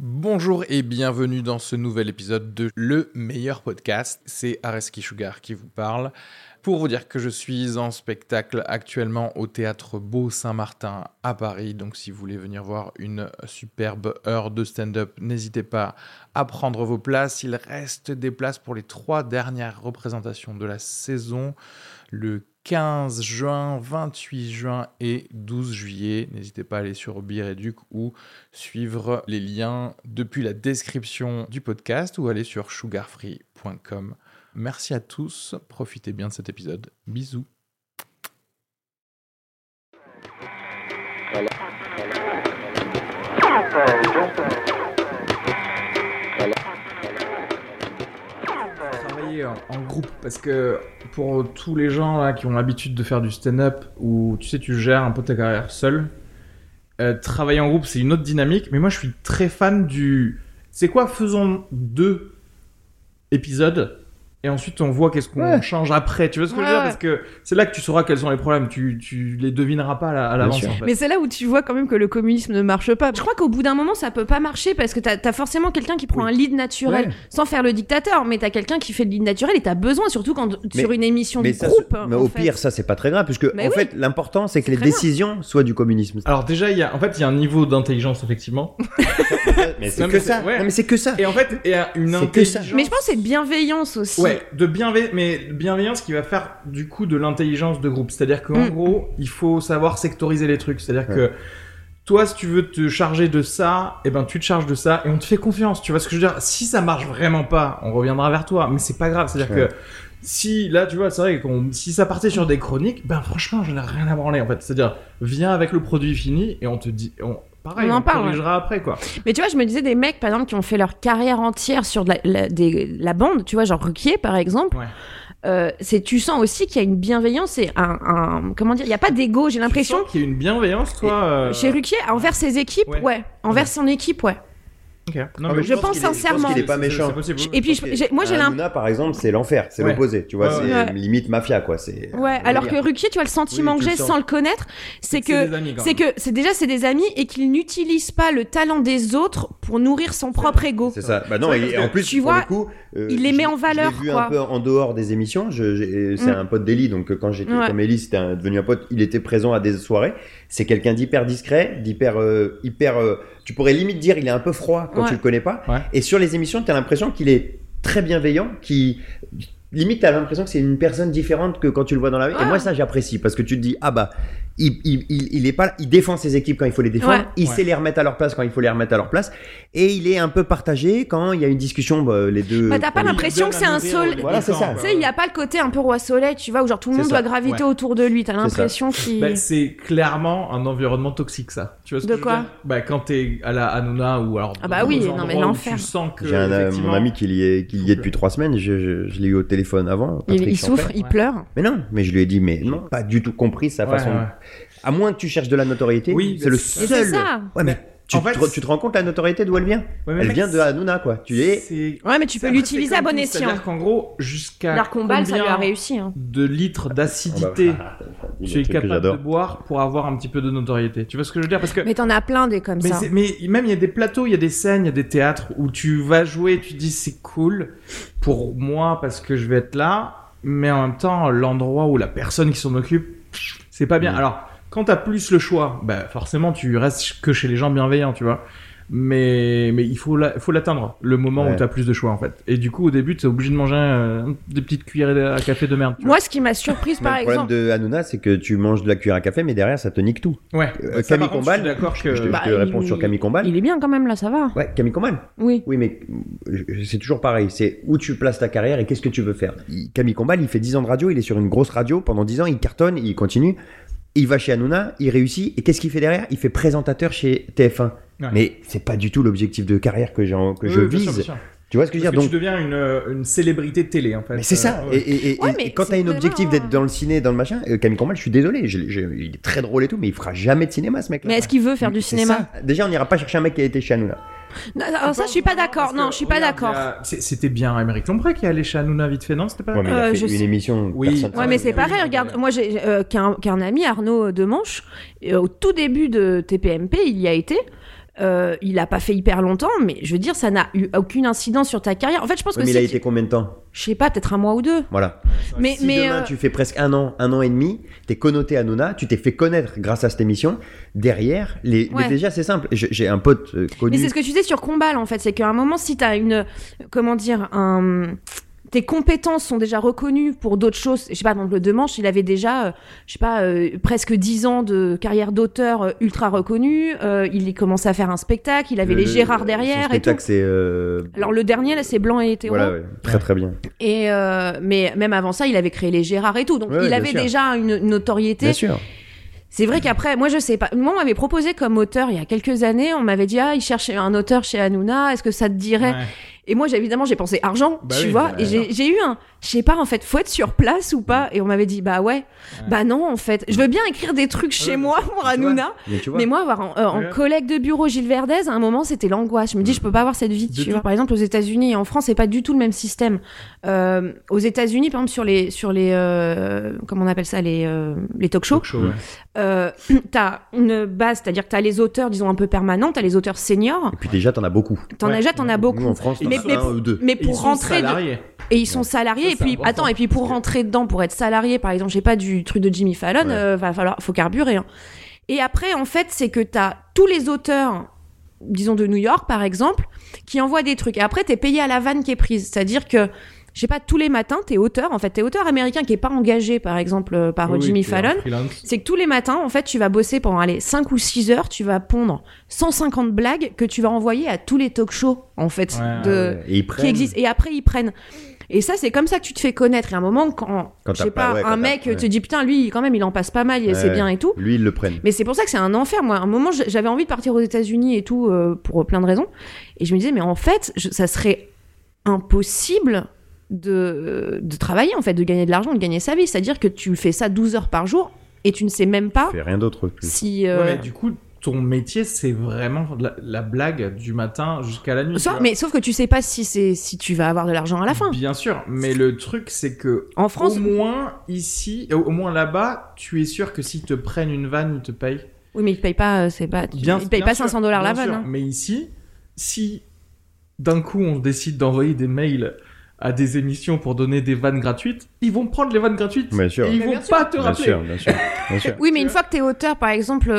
Bonjour et bienvenue dans ce nouvel épisode de Le Meilleur Podcast. C'est Areski Sugar qui vous parle. Pour vous dire que je suis en spectacle actuellement au Théâtre Beau-Saint-Martin à Paris. Donc si vous voulez venir voir une superbe heure de stand-up, n'hésitez pas à prendre vos places. Il reste des places pour les 3 dernières représentations de la saison. Le 15 juin, 28 juin et 12 juillet. N'hésitez pas à aller sur Bireduc ou suivre les liens depuis la description du podcast ou aller sur sugarfree.com. Merci à tous, profitez bien de cet épisode. Bisous. Travailler en groupe, parce que pour tous les gens là, qui ont l'habitude de faire du stand-up, où tu sais, tu gères un peu ta carrière seul, travailler en groupe, c'est une autre dynamique. Mais moi, je suis très fan du... C'est quoi, faisons 2 épisodes et ensuite on voit qu'est-ce qu'on change après, tu vois ce que je veux dire, parce que c'est là que tu sauras quels sont les problèmes, tu les devineras pas à l'avance en fait. Mais c'est là où tu vois quand même que le communisme ne marche pas. Je crois qu'au bout d'un moment ça peut pas marcher parce que t'as forcément quelqu'un qui prend un lead naturel sans faire le dictateur, mais t'as quelqu'un qui fait le lead naturel et t'as besoin, surtout quand sur une émission de groupe. Mais au pire ça c'est pas très grave, puisque en fait l'important c'est que les décisions soient du communisme. Alors déjà il y a un niveau d'intelligence effectivement. Mais c'est que ça. Non mais c'est que ça. Et en fait il y a une intelligence. Mais je pense que c'est de bienveillance aussi. Ouais, mais bienveillance qui va faire du coup de l'intelligence de groupe. C'est-à-dire qu'en gros, il faut savoir sectoriser les trucs. C'est-à-dire que toi, si tu veux te charger de ça, eh ben tu te charges de ça et on te fait confiance. Tu vois ce que je veux dire ? Si ça marche vraiment pas, on reviendra vers toi. Mais c'est pas grave. C'est-à-dire que si là, tu vois, c'est vrai que si ça partait sur des chroniques, ben franchement, j'en ai rien à branler en fait. C'est-à-dire, viens avec le produit fini et on te dit. Pareil, on corrigera après, quoi. Mais tu vois, je me disais des mecs, par exemple, qui ont fait leur carrière entière sur de la bande, tu vois, genre Ruquier, par exemple. Ouais. Tu sens aussi qu'il y a une bienveillance et comment dire, il n'y a pas d'ego, j'ai l'impression. Tu sens qu'il y a une bienveillance, toi chez Ruquier, envers ses équipes, envers son équipe, Okay. Non, mais je pense sincèrement. Je pense qu'il est pas méchant. Et puis moi j'ai Hanouna par exemple, c'est l'enfer, c'est l'opposé, tu vois, c'est limite mafia quoi, c'est. Ouais, alors que Ruquier, tu vois le sentiment que j'ai sans le connaître, c'est des amis et qu'il n'utilise pas le talent des autres pour nourrir son propre ego. C'est ça. Bah non, et en plus tu vois, pour le coup, il les met en valeur. Je l'ai vu un peu en dehors des émissions. C'est un pote d'Eli, donc quand j'étais comme Eli, c'était devenu un pote. Il était présent à des soirées. C'est quelqu'un d'hyper discret, d'hyper tu pourrais limite dire il est un peu froid quand tu le connais pas. Ouais. Et sur les émissions, t'as l'impression qu'il est très bienveillant, limite t'as l'impression que c'est une personne différente que quand tu le vois dans la vie. Et moi ça j'apprécie parce que tu te dis il est pas, il défend ses équipes quand il faut les défendre, il sait les remettre à leur place quand il faut les remettre à leur place, et il est un peu partagé quand il y a une discussion les deux. T'as pas l'impression que c'est un sol. Voilà, c'est ça. Tu sais, il y a pas le côté un peu roi soleil, tu vois, où genre tout le monde doit graviter autour de lui. T'as l'impression qu'il. C'est clairement un environnement toxique, ça. Tu vois ce que je veux dire ? Quand t'es à la Hanouna ou alors. Ah bah oui, non mais l'enfer. Tu sens que. J'ai mon ami qui y est depuis 3 semaines. Je l'ai eu au téléphone avant. Il souffre, il pleure. Mais non, mais je lui ai dit mais non, pas du tout compris sa façon. À moins que tu cherches de la notoriété, c'est le seul. C'est ça. Ouais, mais tu te rends compte la notoriété d'où elle vient ? Elle vient de Hanouna, quoi. Ouais, mais tu peux l'utiliser à bon escient. C'est-à-dire qu'en gros, jusqu'à Narcombal, ça lui a réussi. De litres d'acidité tu es capable de boire pour avoir un petit peu de notoriété. Tu vois ce que je veux dire ? Parce que mais t'en as plein des comme ça. Mais même il y a des plateaux, il y a des scènes, il y a des théâtres où tu vas jouer, tu dis c'est cool pour moi parce que je vais être là, mais en même temps l'endroit où la personne qui s'en occupe, c'est pas bien. Alors quand t'as plus le choix, forcément tu restes que chez les gens bienveillants, tu vois. Mais il faut l'atteindre, le moment où t'as plus de choix en fait. Et du coup au début t'es obligé de manger des petites cuillères à café de merde. Moi ce qui m'a surprise par exemple. Le problème de Hanouna c'est que tu manges de la cuillère à café mais derrière ça te nique tout. Ouais. Camille Combal, je te réponds sur Camille Combal. Il est bien quand même là, ça va. Ouais, Camille Combal. Oui. Oui mais c'est toujours pareil, c'est où tu places ta carrière et qu'est-ce que tu veux faire. Camille Combal il fait 10 ans de radio, il est sur une grosse radio pendant 10 ans, il cartonne, il continue. Il va chez Hanouna, il réussit, et qu'est-ce qu'il fait derrière ? Il fait présentateur chez TF1. Ouais. Mais c'est pas du tout l'objectif de carrière que je vise. Bien sûr. Tu vois ce que je veux dire ? Donc tu deviens une célébrité télé en fait. Mais c'est ça. Et quand t'as une objectif d'être dans le ciné, dans le machin, Camille Combal, je suis désolé, il est très drôle et tout, mais il fera jamais de cinéma ce mec-là. Mais est-ce qu'il veut faire du cinéma ? Déjà, on n'ira pas chercher un mec qui a été chez Hanouna. Non, alors ça, je suis pas d'accord. Non, je suis pas d'accord. C'était bien Aymeric Lompré qui allait chez Hanouna vite fait, non ? C'était pas. Ouais, mais il a fait une émission. Oui. Ouais, mais c'est pareil. Regarde, moi j'ai qu'un ami, Arnaud Demanche, au tout début de TPMP, il y a été. il a pas fait hyper longtemps, mais je veux dire, ça n'a eu aucune incidence sur ta carrière. En fait, je pense que mais il a été combien de temps ? Je sais pas, peut-être 1 mois ou 2. Voilà. Mais demain, tu fais presque 1 an et demi, t'es connoté à Hanouna, tu t'es fait connaître grâce à cette émission. Derrière, mais déjà, c'est simple. J'ai un pote connu. Mais c'est ce que tu disais sur Combal, en fait. C'est qu'à un moment, si t'as tes compétences sont déjà reconnues pour d'autres choses. Je sais pas, donc le Demanche, il avait déjà, presque 10 ans de carrière d'auteur ultra reconnue. Il commençait à faire un spectacle. Il avait les Gérard derrière. Son spectacle, et tout. Alors le dernier, là, c'est Blanc et hétéro. Voilà, très très bien. Et mais même avant ça, il avait créé les Gérard et tout. Donc il avait déjà une notoriété. Bien sûr. C'est vrai qu'après, moi je sais pas. Moi on m'avait proposé comme auteur il y a quelques années. On m'avait dit il cherchait un auteur chez Hanouna. Est-ce que ça te dirait ? Et moi, évidemment, j'ai pensé argent, tu vois. Et j'ai eu je sais pas, en fait, faut être sur place ou pas. Et on m'avait dit, bah ouais. Bah non, en fait. Je veux bien écrire des trucs chez moi pour Hanouna. Mais moi, avoir en collègue de bureau Gilles Verdez, à un moment, c'était l'angoisse. Je me dis, je peux pas avoir cette vie, tu vois. Par exemple, aux États-Unis et en France, c'est pas du tout le même système. Aux États-Unis, par exemple, sur les comment on appelle ça, les talk shows. T'as une base, c'est-à-dire que t'as les auteurs, disons, un peu permanents, t'as les auteurs seniors. Et puis déjà, t'en as beaucoup. T'en as beaucoup. Nous, en France, mais pour rentrer et ils sont salariés. Et puis pour rentrer dedans, pour être salarié, par exemple, je sais pas, du truc de Jimmy Fallon, faut carburer. Hein. Et après, en fait, c'est que t'as tous les auteurs, disons de New York, par exemple, qui envoient des trucs. Et après, t'es payé à la vanne qui est prise. C'est-à-dire que, je sais pas, tous les matins, t'es auteur américain qui est pas engagé, par exemple, par Jimmy Fallon. C'est que tous les matins, en fait, tu vas bosser pendant, 5 ou 6 heures, tu vas pondre 150 blagues que tu vas envoyer à tous les talk shows, en fait, qui existent. Et après, ils prennent. Et ça, c'est comme ça que tu te fais connaître. Et à un moment, quand je sais pas, un mec te dit, putain, lui, quand même, il en passe pas mal, c'est bien et tout. Lui, ils le prennent. Mais c'est pour ça que c'est un enfer. Moi, à un moment, j'avais envie de partir aux États-Unis et tout, pour plein de raisons. Et je me disais, mais en fait, ça serait impossible de travailler, en fait, de gagner de l'argent, de gagner sa vie. C'est-à-dire que tu fais ça 12 heures par jour et tu ne sais même pas. Tu fais rien d'autre. Plus. Si. Mais du coup, ton métier, c'est vraiment la blague du matin jusqu'à la nuit. Sauf que tu sais pas si tu vas avoir de l'argent à la fin. Bien sûr, mais le truc, c'est que en France, au moins ici, au moins là-bas, tu es sûr que s'ils te prennent une vanne, ils te payent. Oui, mais ils te payent pas, ils te payent pas $500 la vanne. Hein. Mais ici, si d'un coup on décide d'envoyer des mails à des émissions pour donner des vannes gratuites, ils vont prendre les vannes gratuites. Bien sûr. Et ils vont pas te rappeler. Bien sûr. Oui, mais une fois que t'es auteur, par exemple,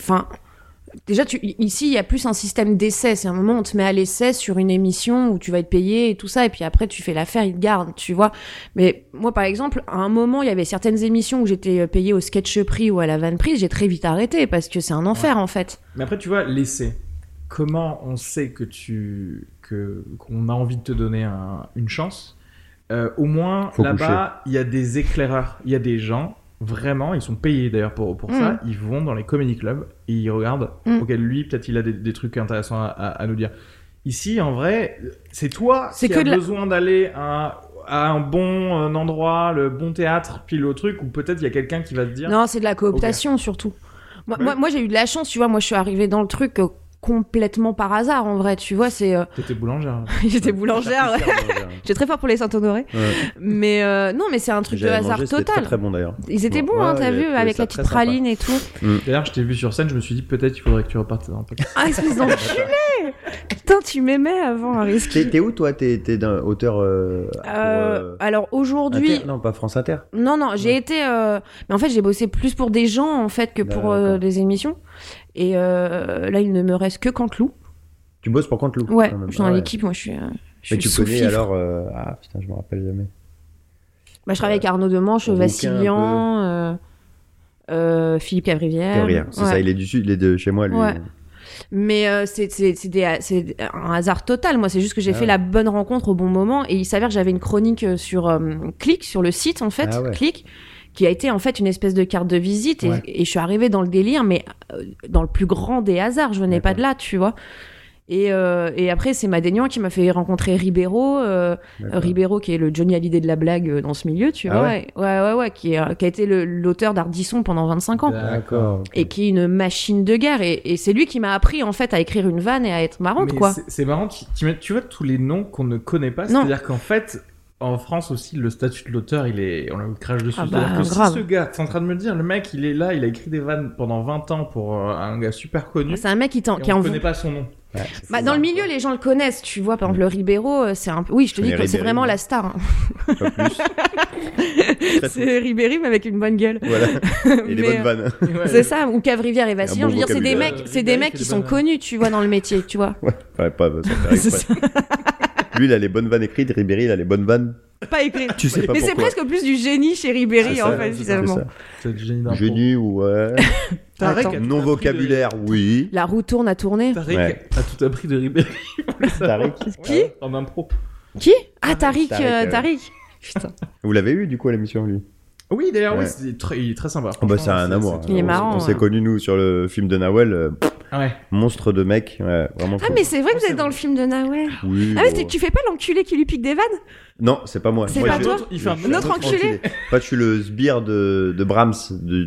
déjà, ici, il y a plus un système d'essai. C'est un moment où on te met à l'essai sur une émission où tu vas être payé et tout ça. Et puis après, tu fais l'affaire, ils te gardent, tu vois. Mais moi, par exemple, à un moment, il y avait certaines émissions où j'étais payé au sketch prix ou à la vanne prise. J'ai très vite arrêté parce que c'est un enfer, en fait. Mais après, tu vois, l'essai. Comment on sait qu'on a envie de te donner une chance ? Au moins, là-bas, il y a des éclaireurs. Il y a des gens... Vraiment, ils sont payés d'ailleurs pour ça. Ils vont dans les comedy clubs et ils regardent. Ok, lui, peut-être il a des trucs intéressants à nous dire. Ici, en vrai, c'est toi qui as besoin d'aller à un bon endroit, le bon théâtre, puis le truc, ou peut-être il y a quelqu'un qui va te dire... Non, c'est de la cooptation surtout. Moi, j'ai eu de la chance, tu vois. Moi, je suis arrivée dans le truc... complètement par hasard en vrai, tu vois, c'est T'étais boulangère. J'étais boulangère. J'étais très fort pour les Saint-Honoré. Mais non, mais c'est un truc de hasard total. Très très bon d'ailleurs. Ils étaient bons, t'as vu, avec la petite praline et tout. D'ailleurs, je t'ai vu sur scène, je me suis dit peut-être il faudrait que tu repartes dans le podcast. Ah, espèce d'enculé. Putain, tu m'aimais avant, Ariski. T'es où toi? T'es d'un auteur alors aujourd'hui non, pas France Inter. Non, j'ai été mais en fait, j'ai bossé plus pour des gens en fait que pour des émissions. Et là, il ne me reste que Canteloup. Tu bosses pour Canteloup? Ouais, je suis dans l'équipe, moi je suis mais tu connais alors ah putain, je me rappelle jamais. Je travaille avec Arnaud Demanche, Vassilian, Philippe Cavrivière. C'est ça, il est du sud, il est de chez moi lui. Ouais. Mais c'est un hasard total. Moi, c'est juste que j'ai fait la bonne rencontre au bon moment. Et il s'avère que j'avais une chronique sur Click, sur le site en fait, Click, qui a été en fait une espèce de carte de visite. Et je suis arrivée dans le délire, mais dans le plus grand des hasards. Je venais pas de là, tu vois. Et après, c'est Madénian qui m'a fait rencontrer Ribeiro, Ribeiro qui est le Johnny Hallyday de la blague dans ce milieu, tu vois. Ouais, qui a été l'auteur d'Ardisson pendant 25 ans. D'accord. Okay. Et qui est une machine de guerre. Et c'est lui qui m'a appris en fait à écrire une vanne et à être marrante, quoi. C'est marrant, tu vois tous les noms qu'on ne connaît pas, c'est-à-dire qu'en fait, en France aussi, le statut de l'auteur, on le crache dessus. Ah C'est-à-dire que grave. si ce gars, t'es en train de me dire, le mec, il est là, il a écrit des vannes pendant 20 ans pour un gars super connu. C'est un mec qui on ne connaît pas son nom. Ouais, dans le milieu, les gens le connaissent. Tu vois, par exemple, le Ribeiro, c'est un peu. Oui, je te dis que c'est vraiment la star. Hein. Pas plus. C'est Ribéry, mais avec une bonne gueule. Voilà. Et des bonnes vannes. C'est ça, ou Cave-Rivière et Vacillon. Un Je bon veux dire, vocabulaire. c'est des mecs qui sont connus, tu vois, dans le métier, tu vois. Ouais, pas ça fait exprès. Lui, il a les bonnes vannes écrites, Ribéry, il a les bonnes vannes. Pas écrit. Tu sais pas mais pourquoi. c'est presque plus du génie chez Ribéry, en fait, finalement. C'est le génie d'impro. Génie ou ouais. Tarek a tout Non appris vocabulaire, oui. La roue tourne à tourner. Tarek Ouais. a tout appris de Ribéry. Tariq. Qui En impro. Qui Ah, Tariq. Tariq. Putain. Vous l'avez eu du coup à l'émission, lui? Oui, d'ailleurs, Ouais. oui, il est très sympa. Oh, bah, c'est un amour. Il est marrant, On s'est ouais. connus, nous, sur le film de Nawel. Ouais. Monstre de mec. Ouais, vraiment. Ah, cool. mais c'est vrai que vous êtes dans le film de Nawel. Oui. Ah, mais tu fais pas l'enculé qui lui pique des vannes? Non, c'est pas moi. C'est Moi, pas je- toi Il fait un je- Notre enculé. Moi, je suis le sbire de Brahms,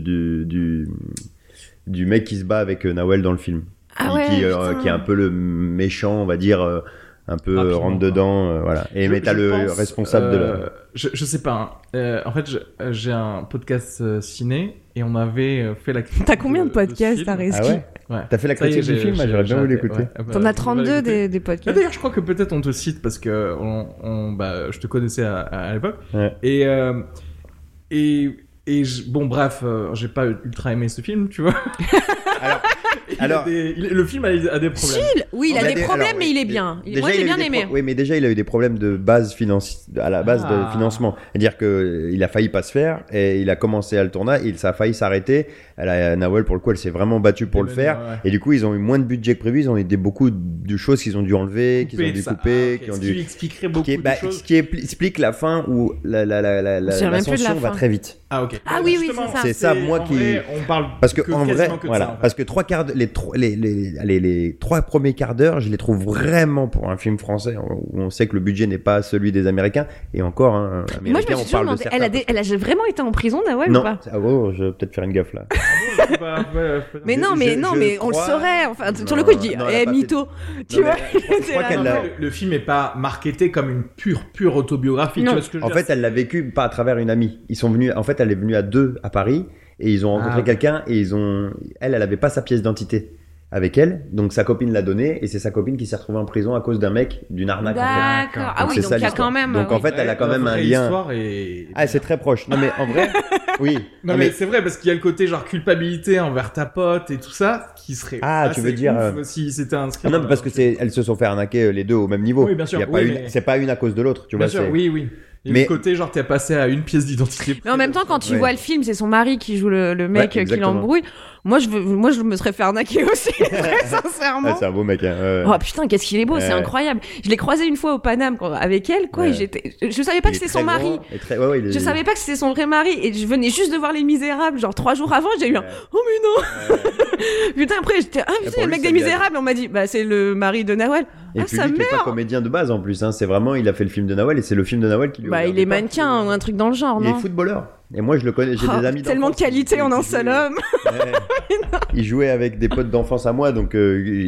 du mec qui se bat avec Nawel dans le film. Ah ouais, putain. Qui est un peu le méchant, on va dire, un peu Rapidement, rentre quoi. dedans, voilà. Et mais t'as le pense, responsable de la... Je sais pas. Hein. En fait, j'ai un podcast ciné et on avait fait la critique. T'as combien de ce podcasts, film. Areski? Ah ouais? Ouais. T'as fait la Ça y est, critique du film? J'aurais bien voulu l'écouter. T'en as 32 des Ah, podcasts. D'ailleurs, je crois que peut-être on te cite parce que je te connaissais à l'époque. Ouais. Bon, bref, j'ai pas ultra aimé ce film, tu vois. Alors, Le film a des problèmes. Chill. Oui, il a des problèmes, mais il est bien. Moi, j'ai bien aimé. Oui, mais déjà, il a eu des problèmes de base à la base de financement. C'est-à-dire qu'il a failli pas se faire et il a commencé à le tourner, ça a failli s'arrêter. Nawel, pour le coup, elle s'est vraiment battue pour le faire. Ouais. Et du coup, ils ont eu moins de budget que prévu. Ils ont eu beaucoup de choses qu'ils ont dû enlever, qu'ils ont dû couper, qui ont Ce dû. qui expliquerait beaucoup Ce de choses. qui explique la fin où l'ascension va très vite. Ah, ok. Ah oui, oui, Justement, c'est ça. C'est ça, moi en qui. vrai, on parle Parce que en vrai, quasiment que de voilà, ça, en fait. parce que les 3 premiers quarts d'heure, je les trouve vraiment pour un film français où on sait que le budget n'est pas celui des Américains et encore, hein, Moi, je me Américains, suis on toujours parle de demandé, certains. elle a vraiment été en prison, Nawel, ou Non, pas? je vais peut-être faire une gaffe là. Mais non, mais on le crois- saurait. Enfin, sur le Non, coup, je dis, non, elle a pas mytho. Tu Non, vois? mais je crois qu'elle l'a. Le film est pas marketé comme une pure autobiographie. Non. Tu vois ce que je veux En dire fait, elle l'a vécu pas à travers une amie. Ils sont venus. En fait, elle est venue à 2 à Paris et ils ont rencontré ok. quelqu'un et elle avait pas sa pièce d'identité avec elle, donc sa copine l'a donnée et c'est sa copine qui s'est retrouvée en prison à cause d'un mec, d'une arnaque. En fait. D'accord. Ah Donc, oui, c'est donc ça, il y a l'histoire. quand même. Donc en fait, elle a quand même un lien. Ah, c'est très proche. Non mais en vrai, oui. Non mais c'est vrai parce qu'il y a le côté genre culpabilité envers ta pote et tout ça qui serait. Ah, tu veux dire, ouf si c'était inscrit. Non, mais parce que elles se sont fait arnaquer les deux au même niveau. Oui, bien sûr. Il y a pas Oui, une, mais- c'est pas une à cause de l'autre, tu Bien vois. sûr, c'est- oui. Et Mais- le côté genre t'es passé à une pièce d'identité. Mais en même temps, quand tu Ouais. vois le film, c'est son mari qui joue le mec qui exactement. l'embrouille. Moi, je me serais fait arnaquer aussi, très sincèrement. Ah, c'est un beau mec. Hein. ouais. Oh putain, qu'est-ce qu'il est beau, c'est Ouais. incroyable. Je l'ai croisé une fois au Paname avec elle, quoi. Ouais. Et je savais pas Il que est c'était très son mari. grand et très- ouais, il est- Je savais pas que c'était son vrai mari et je venais juste de voir Les Misérables, genre 3 jours avant, j'ai eu un oh mais non. Putain, après j'étais pour putain, le lui, mec ça des lui a- Misérables, on m'a dit bah c'est le mari de Nawel. Et Ah puis sa lui qui est pas mère. comédien de base en plus, hein. C'est vraiment, il a fait le film de Nawel et c'est le film de Nawel qui lui a Bah ouvert il des est portes. mannequin ou un truc dans le genre, Il est non? footballeur. Et moi je le connais, j'ai Oh, des amis tellement de d'enfance qualité qui en un jouaient- seul homme. Ouais. Il jouait avec des potes d'enfance à moi, donc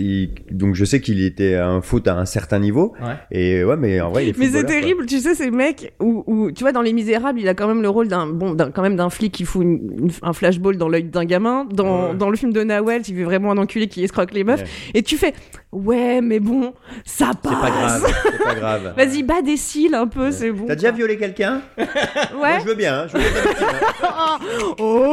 donc je sais qu'il était un foot à un certain niveau. Ouais. Et ouais, mais en vrai, il est Mais c'est footballeur, quoi. terrible, tu sais, ces mecs où tu vois, dans Les Misérables, il a quand même le rôle quand même d'un flic qui fout un flashball dans l'œil d'un gamin. Dans le film de Nawel, il fait vraiment un enculé qui escroque les meufs. Ouais. Et tu fais, ouais, mais bon, ça passe. C'est pas grave, c'est pas grave. Vas-y, bats des cils un peu, c'est bon. T'as déjà violé quelqu'un? Moi, Ouais. je veux bien, hein. Je veux bien ta victime, hein. Oh.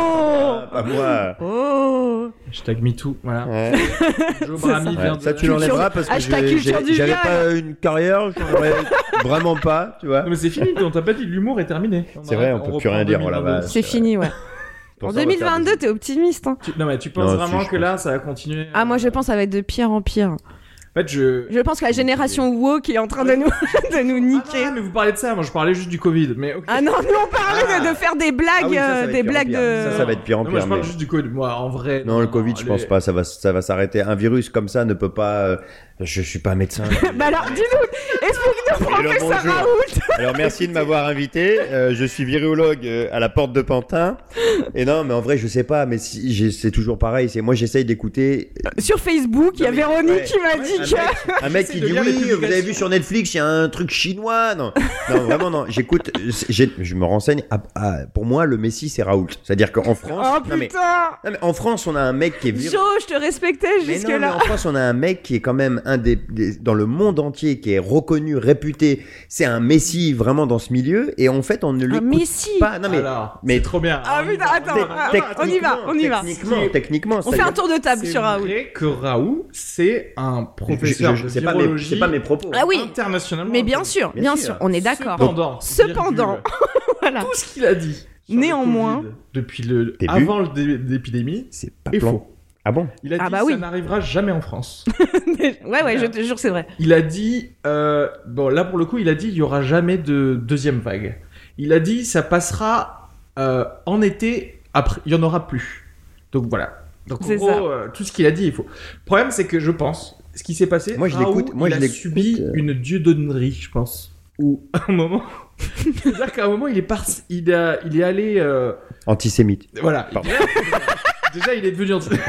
Ah, pas moi. Oh. Hashtag MeToo, voilà. Ouais. Joe C'est Brami ça. vient Ouais, de... ça, tu l'enlèveras parce que Hashtag culture du j'avais viol. pas une carrière, j'en aurais vraiment pas, tu vois. Non, mais c'est fini, on t'a pas dit, l'humour est terminé. C'est vrai, on peut plus rien dire, oh la vache. C'est fini, ouais. Pour En ça, on va faire 2022, des- t'es optimiste. Hein. Non, mais tu penses Non, vraiment si, je que pense. là, ça va continuer Ah, moi, je pense que ça va être de pire en pire. En fait, Je pense que la génération woke est en train de nous, de nous niquer. Ah, mais vous parlez de ça, moi je parlais juste du Covid. Mais ok. Ah non, nous on parlait de faire des blagues, Ah oui, ça va être des pire en blagues pire. de. Ça va être pire en Non, moi pire. je parle mais- juste du Covid. Moi, en vrai. Non, le Covid, je pense pas, ça va s'arrêter. Un virus comme ça ne peut pas Je suis pas médecin. Bah alors, dis-nous, explique-nous, professeur Raoult. Alors, merci de m'avoir invité. Je suis virologue à la porte de Pantin. Et non, mais en vrai, je sais pas, mais c'est toujours pareil. Moi, j'essaye d'écouter. Sur Facebook, il y a Véronique qui m'a dit que. Un mec qui dit oui, vous avez vu sur Netflix, il y a un truc chinois. Non, vraiment, non. J'écoute, je me renseigne. Pour moi, le Messi, c'est Raoult. C'est-à-dire qu'en France. Oh putain! Non, mais en France, on a un mec qui est je te respectais jusque-là. Mais en France, on a un mec qui est quand même dans le monde entier, qui est reconnu, réputé. C'est un Messi vraiment dans ce milieu. Et en fait, on ne l'écoute pas. Non, mais c'est trop bien. Ah putain, attends, on y va. Techniquement, on fait un tour de table sur Raoult. C'est vrai que Raoult, c'est un professeur de virologie. C'est pas mes propos. Ah oui. Internationalement. Mais bien sûr, on est d'accord. Cependant, voilà. Tout ce qu'il a dit. Néanmoins, depuis avant l'épidémie, c'est pas faux. Ah bon? Il a dit que ça n'arrivera jamais en France. ouais, je te jure, c'est vrai. Il a dit, là pour le coup, il a dit il y aura jamais de deuxième vague. Il a dit ça passera en été, après il y en aura plus. Donc voilà. Donc en gros, tout ce qu'il a dit est faux. Le problème, c'est que je pense, ce qui s'est passé, il a subi une dieudonnerie, je pense. Ou à un moment, c'est-à-dire qu'à un moment, il est allé antisémite. Voilà. Déjà, il est devenu antisémite.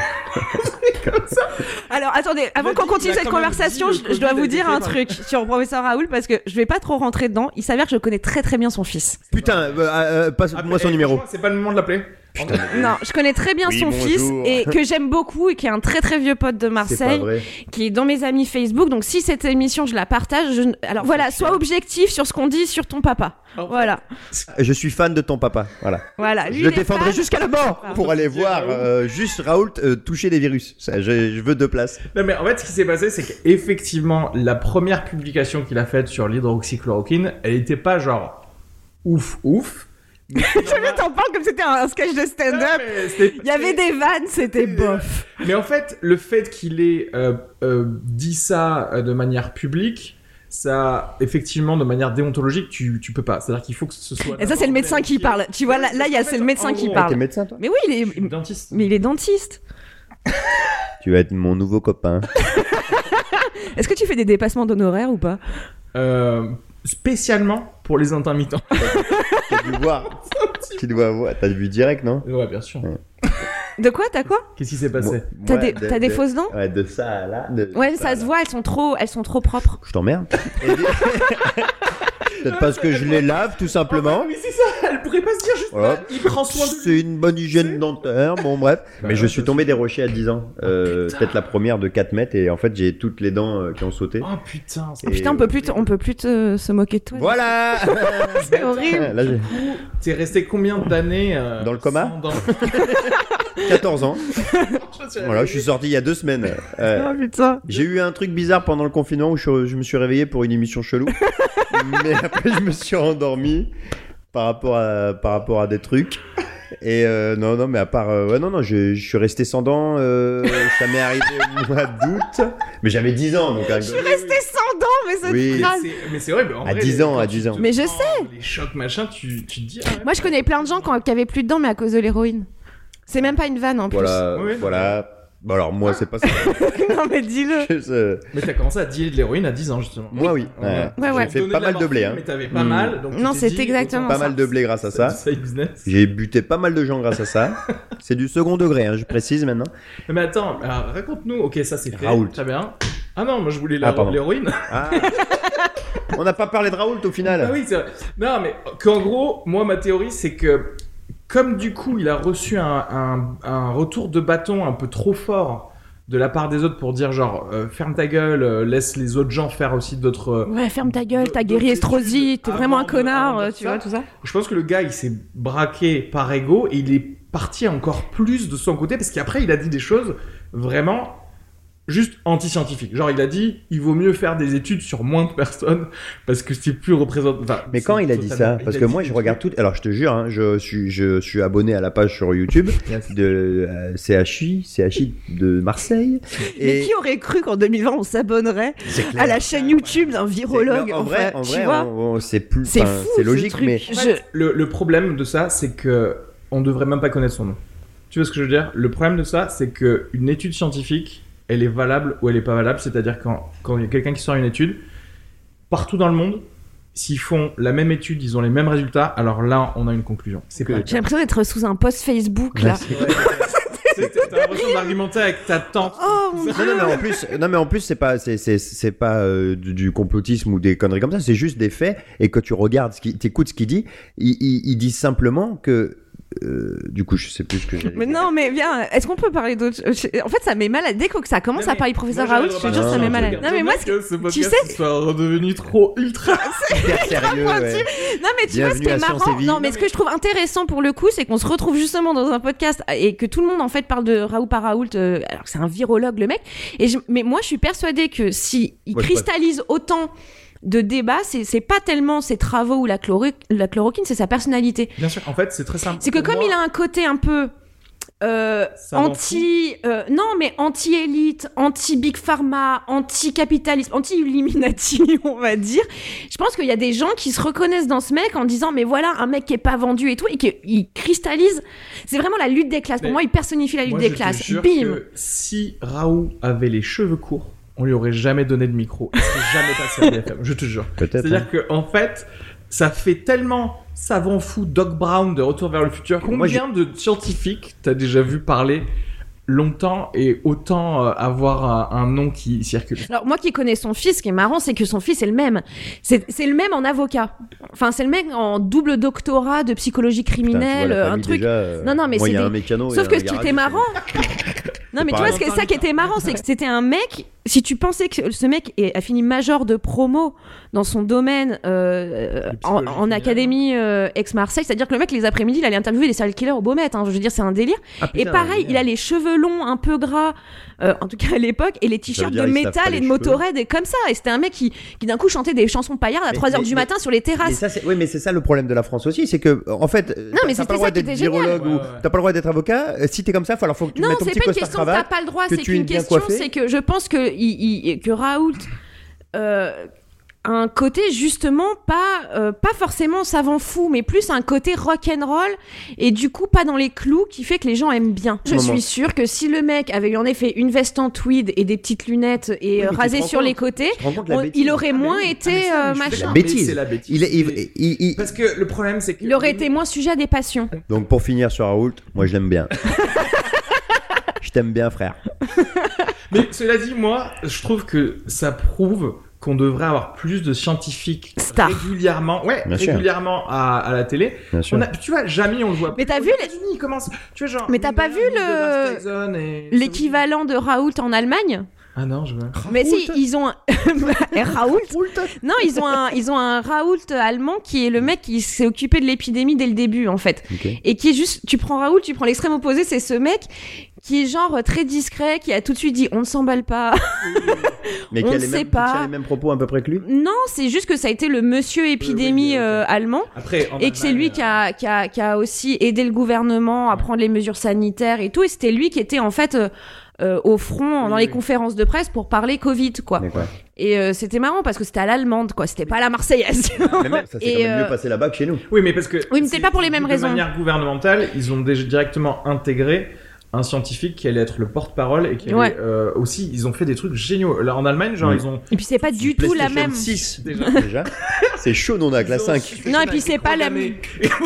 Comme ça. Alors, attendez, avant qu'on continue cette conversation, je dois vous dire un truc sur le professeur Raoult, parce que je vais pas trop rentrer dedans. Il s'avère que je connais très très bien son fils. Putain, passe-moi son numéro. C'est pas le moment de l'appeler. Putain, non, je connais très bien son fils et que j'aime beaucoup et qui est un très très vieux pote de Marseille, qui est dans mes amis Facebook. Donc si cette émission je la partage, alors voilà, sois objectif sur ce qu'on dit sur ton papa. Voilà. Je suis fan de ton papa. Voilà. Je le défendrai jusqu'à la mort pour aller voir juste Raoult toucher des virus. Ça, je veux 2 places. Non mais en fait, ce qui s'est passé, c'est qu'effectivement, la première publication qu'il a faite sur l'hydroxychloroquine, elle était pas genre ouf. Tu t'en parles comme c'était un sketch de stand-up. Il y avait des vannes, c'était bof. Mais en fait, le fait qu'il ait dit ça de manière publique, ça, effectivement, de manière déontologique, tu peux pas. C'est-à-dire qu'il faut que ce soit. Et ça, c'est le médecin qui parle. Tu vois, là, c'est le médecin qui parle. T'es médecin, toi? Mais oui, il est dentiste. Mais il est dentiste. Tu vas être mon nouveau copain. Est-ce que tu fais des dépassements d'honoraires ou pas? Spécialement pour les intermittents. Tu dois voir. T'as vu direct, non? Ouais, bien sûr. Ouais. De quoi? T'as quoi? Qu'est-ce qui s'est passé? T'as des fausses dents? Ouais, de ça à là. Ouais, ça se voit, elles sont trop propres. Je t'emmerde. Peut-être parce que je les lave, tout simplement. Oui, c'est ça. Elle pourrait pas se dire juste. Voilà. Il prend soin de lui. C'est une bonne hygiène dentaire. Bon, bref. Mais je suis tombé des rochers à 10 ans. Peut-être la première de 4 mètres. Et en fait, j'ai toutes les dents qui ont sauté. Oh putain. Putain, on peut plus se moquer de toi. Voilà. C'est horrible. Là, t'es resté combien d'années dans le coma? 14 ans. Voilà, je suis sorti il y a 2 semaines. Oh putain. J'ai eu un truc bizarre pendant le confinement où je me suis réveillé pour une émission chelou. Mais après, je me suis endormi par rapport à des trucs. Et non, mais à part. Je suis resté sans dents. Ça m'est arrivé au mois d'août. Mais j'avais 10 ans. Donc, je suis resté sans dents, mais c'est grave. Mais c'est vrai, mais en à vrai, 10 ans, à 10 ans. Mais je sais. Les chocs, machin, tu te dis. Moi, je connais plein de gens qui avaient plus de dents, mais à cause de l'héroïne. C'est même pas une vanne en plus. Voilà. Bon, alors moi, c'est pas ça. Non, mais dis-le. Mais t'as commencé à dealer de l'héroïne à 10 ans, justement. Moi, oui. Ouais. J'ai fait pas mal de blé. Mais t'avais pas mal. Donc non, c'est exactement ça. Pas mal de blé grâce à ça. J'ai buté pas mal de gens grâce à ça. C'est du second degré, je précise maintenant. Mais attends, raconte-nous. Ok, ça c'est fait. Raoult. Très bien. Ah non, moi je voulais l'héroïne. On n'a pas parlé de Raoult au final. Ah oui, c'est vrai. Non, mais qu'en gros, moi ma théorie c'est que comme du coup il a reçu un retour de bâton un peu trop fort de la part des autres pour dire genre ferme ta gueule, laisse les autres gens faire aussi d'autres... Ouais, ferme ta gueule, t'as guéri Estrosi, t'es vraiment un connard, tu vois, tout ça. Je pense que le gars il s'est braqué par ego et il est parti encore plus de son côté parce qu'après il a dit des choses vraiment juste anti-scientifiques. Genre il a dit il vaut mieux faire des études sur moins de personnes parce que c'est plus représentant. Enfin, mais quand il a dit ça, parce que moi je regarde tout. Alors je te jure, je suis abonné à la page sur YouTube de CHI de Marseille. Mais qui aurait cru qu'en 2020 on s'abonnerait à la chaîne YouTube d'un virologue? En vrai, c'est plus. C'est fou, c'est logique, truc. mais le problème de ça, c'est que on devrait même pas connaître son nom. Tu vois ce que je veux dire? Le problème de ça, c'est que une étude scientifique, elle est valable ou elle est pas valable. C'est-à-dire quand il y a quelqu'un qui sort une étude, partout dans le monde, s'ils font la même étude, ils ont les mêmes résultats, alors là, on a une conclusion. J'ai l'impression d'être sous un post Facebook, là. T'as l'impression d'argumenter avec ta tante. Oh, non, mais en plus, c'est pas du complotisme ou des conneries comme ça. C'est juste des faits. Et que tu regardes, t'écoutes ce qu'il dit, il dit simplement que. Du coup, je sais plus ce que j'ai dit. Mais non, mais viens, est-ce qu'on peut parler d'autre En fait, ça met mal à dès que ça commence à parler professeur Raoult, je te jure, ça met mal à. Non, mais moi, tu sais, soit redevenu trop ultra sérieux. Non, mais tu vois, ce qui est marrant. Non, mais ce que je trouve intéressant pour le coup, c'est qu'on se retrouve justement dans un podcast et que tout le monde en fait parle de Raoult par Raoult, alors que c'est un virologue le mec. Mais moi, je suis persuadée que si il cristallise autant de débat, c'est pas tellement ses travaux ou la chloroquine, c'est sa personnalité. Bien sûr, en fait, c'est très simple. C'est que comme il a un côté un peu anti-élite, anti-big pharma, anti-capitalisme, anti-illuminati, on va dire. Je pense qu'il y a des gens qui se reconnaissent dans ce mec en disant mais voilà un mec qui est pas vendu et tout, et qu'il cristallise. C'est vraiment la lutte des classes. Pour moi, il personnifie la lutte des classes. Je te jure Bim. que si Raoult avait les cheveux courts, on lui aurait jamais donné de micro. Il serait jamais passé à BFM, je te jure. Peut-être. C'est-à-dire que en fait, ça fait tellement savant fou Doc Brown de Retour vers le futur. Combien de scientifiques t'as déjà vu parler longtemps et autant avoir un nom qui circule? Alors moi qui connais son fils, ce qui est marrant, c'est que son fils est le même. C'est le même en avocat. Enfin, c'est le mec en double doctorat de psychologie criminelle, un truc. Déjà, non, mais c'est un mécano. Sauf que ce qui était marrant. Non, mais tu vois, ça qui était marrant, c'est que c'était un mec. Si tu pensais que ce mec a fini major de promo dans son domaine en académie ex-Marseille, c'est-à-dire que le mec les après-midi il allait interviewer des serial killers au Beaumet, je veux dire c'est un délire. Et pareil, il a les cheveux longs un peu gras, en tout cas à l'époque, et les t-shirts de métal et de Motorhead et comme ça. Et c'était un mec qui d'un coup chantait des chansons paillardes à 3h du matin sur les terrasses. Mais c'est ça le problème de la France aussi, c'est que en fait, t'as pas le droit d'être virologue ou t'as pas le droit d'être avocat. Si t'es comme ça, alors faut que tu mettes ton petit costard cravate. Non, c'est pas une question que t'as pas le droit, c'est qu'une question, c'est que je pense que Raoult a un côté justement pas forcément savant fou, mais plus un côté rock'n'roll et du coup pas dans les clous, qui fait que les gens aiment bien. Je suis sûre que si le mec avait eu en effet une veste en tweed et des petites lunettes et rasé sur les côtés, il aurait moins été machin. La bêtise. C'est la bêtise. Parce que le problème c'est qu'il aurait été moins sujet à des passions. Donc pour finir sur Raoult, moi je l'aime bien. Je t'aime bien, frère. Mais cela dit, moi, je trouve que ça prouve qu'on devrait avoir plus de scientifiques régulièrement à la télé. Tu vois, jamais on le voit. Mais t'as vu les commencent, tu vois, genre. Mais t'as pas vu l'équivalent de Raoult en Allemagne? Ah non, je vois. Mais si, ils ont Raoult. Non, ils ont un Raoult allemand qui est le mec qui s'est occupé de l'épidémie dès le début en fait. Okay. Et qui est juste, tu prends Raoult, tu prends l'extrême opposé, c'est ce mec qui est genre très discret, qui a tout de suite dit on ne s'emballe pas. Mais on ne sait pas. Qui a les mêmes propos à peu près que lui. Non, c'est juste que ça a été le monsieur épidémie allemand. Après, et que c'est lui qui a aussi aidé le gouvernement à prendre les mesures sanitaires et tout. Et c'était lui qui était en fait au front dans les conférences de presse pour parler Covid, quoi. Et c'était marrant parce que c'était à l'allemande, quoi. C'était pas à la marseillaise. Mais même, ça s'est quand même mieux passé là-bas que chez nous. Oui, mais parce que mais c'est pas pour les mêmes raisons. De manière gouvernementale, ils ont déjà directement intégré un scientifique qui allait être le porte-parole et qui allait aussi, ils ont fait des trucs géniaux. Là en Allemagne, genre ils ont. Et puis c'est pas du tout la même. 6 déjà. C'est chaud, non, on a que la 5. Non, et puis c'est pas la même.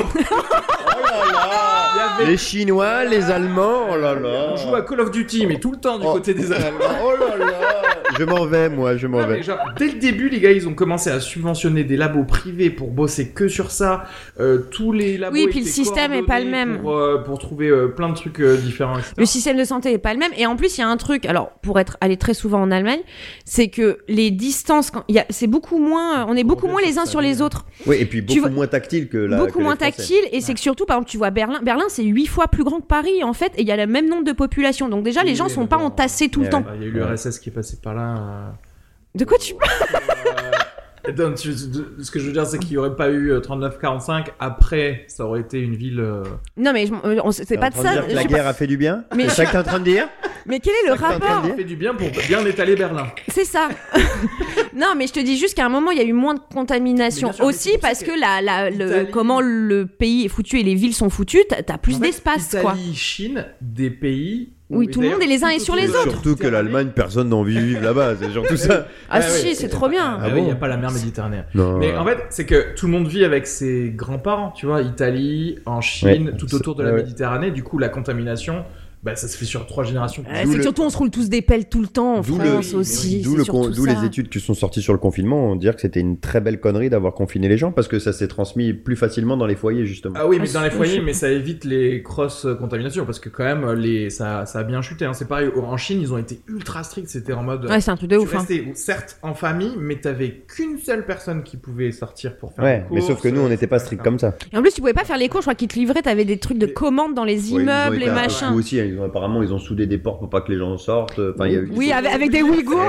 Oh là là. Les Chinois, les Allemands, oh là là. On joue à Call of Duty, mais tout le temps du côté des Allemands. Oh là là. Je m'en vais, moi, je m'en vais. Genre, dès le début, les gars, ils ont commencé à subventionner des labos privés pour bosser que sur ça. Tous les labos. Oui, puis le système est pas le même. Pour trouver plein de trucs différents, etc. Le système de santé est pas le même. Et en plus, il y a un truc, alors, pour être allé très souvent en Allemagne, c'est que les distances, c'est beaucoup moins, on est beaucoup moins les uns sur les autres. Oui, et puis beaucoup moins tactile que la. Beaucoup moins tactile, et c'est que surtout, par exemple, tu vois Berlin, c'est 8 fois plus grand que Paris, en fait, et il y a le même nombre de population. Donc déjà, les gens sont pas entassés tout le temps. Il y a eu le RSS qui est passé par là. De quoi tu parles? Donc, ce que je veux dire, c'est qu'il n'y aurait pas eu 39-45. Après, ça aurait été une ville. Non, mais c'est pas de ça. Dire que la guerre a fait du bien. C'est ça que t'es en train de dire? Mais quel est le rapport? Ça fait du bien pour bien étaler Berlin. C'est ça. Non, mais je te dis juste qu'à un moment, il y a eu moins de contamination aussi parce que comment le pays est foutu et les villes sont foutues, t'as plus d'espace, quoi. Italie, Chine, des pays Oui, tout le monde et les uns et sur les autres. Surtout que l'Allemagne, personne n'a envie de vivre là-bas, c'est surtout ça. Ah si, c'est trop bien. Ah oui, il n'y a pas la mer Méditerranée. Non. Mais en fait, c'est que tout le monde vit avec ses grands-parents, tu vois, Italie, en Chine, tout autour de la Méditerranée. Du coup, la contamination, ça se fait sur 3 générations. C'est que surtout, on se roule tous des pelles tout le temps en France aussi. D'où les études qui sont sorties sur le confinement, on dirait que c'était une très belle connerie d'avoir confiné les gens parce que ça s'est transmis plus facilement dans les foyers, justement. Ah oui, mais dans les foyers, mais ça évite les cross-contaminations parce que quand même, ça a bien chuté. Hein. C'est pareil, en Chine, ils ont été ultra stricts. C'était en mode. Ouais, c'est un truc de ouf. Tu restais, certes, en famille, mais t'avais qu'une seule personne qui pouvait sortir pour faire les courses. Mais sauf que nous, on n'était pas stricts comme ça. Et en plus, tu pouvais pas faire les courses. Je crois qu'ils te livraient, t'avais des trucs de commandes dans les immeubles, les machins. Nous aussi, apparemment, ils ont soudé des portes pour pas que les gens sortent. Enfin, il y a eu oui, avec des Ouïghours.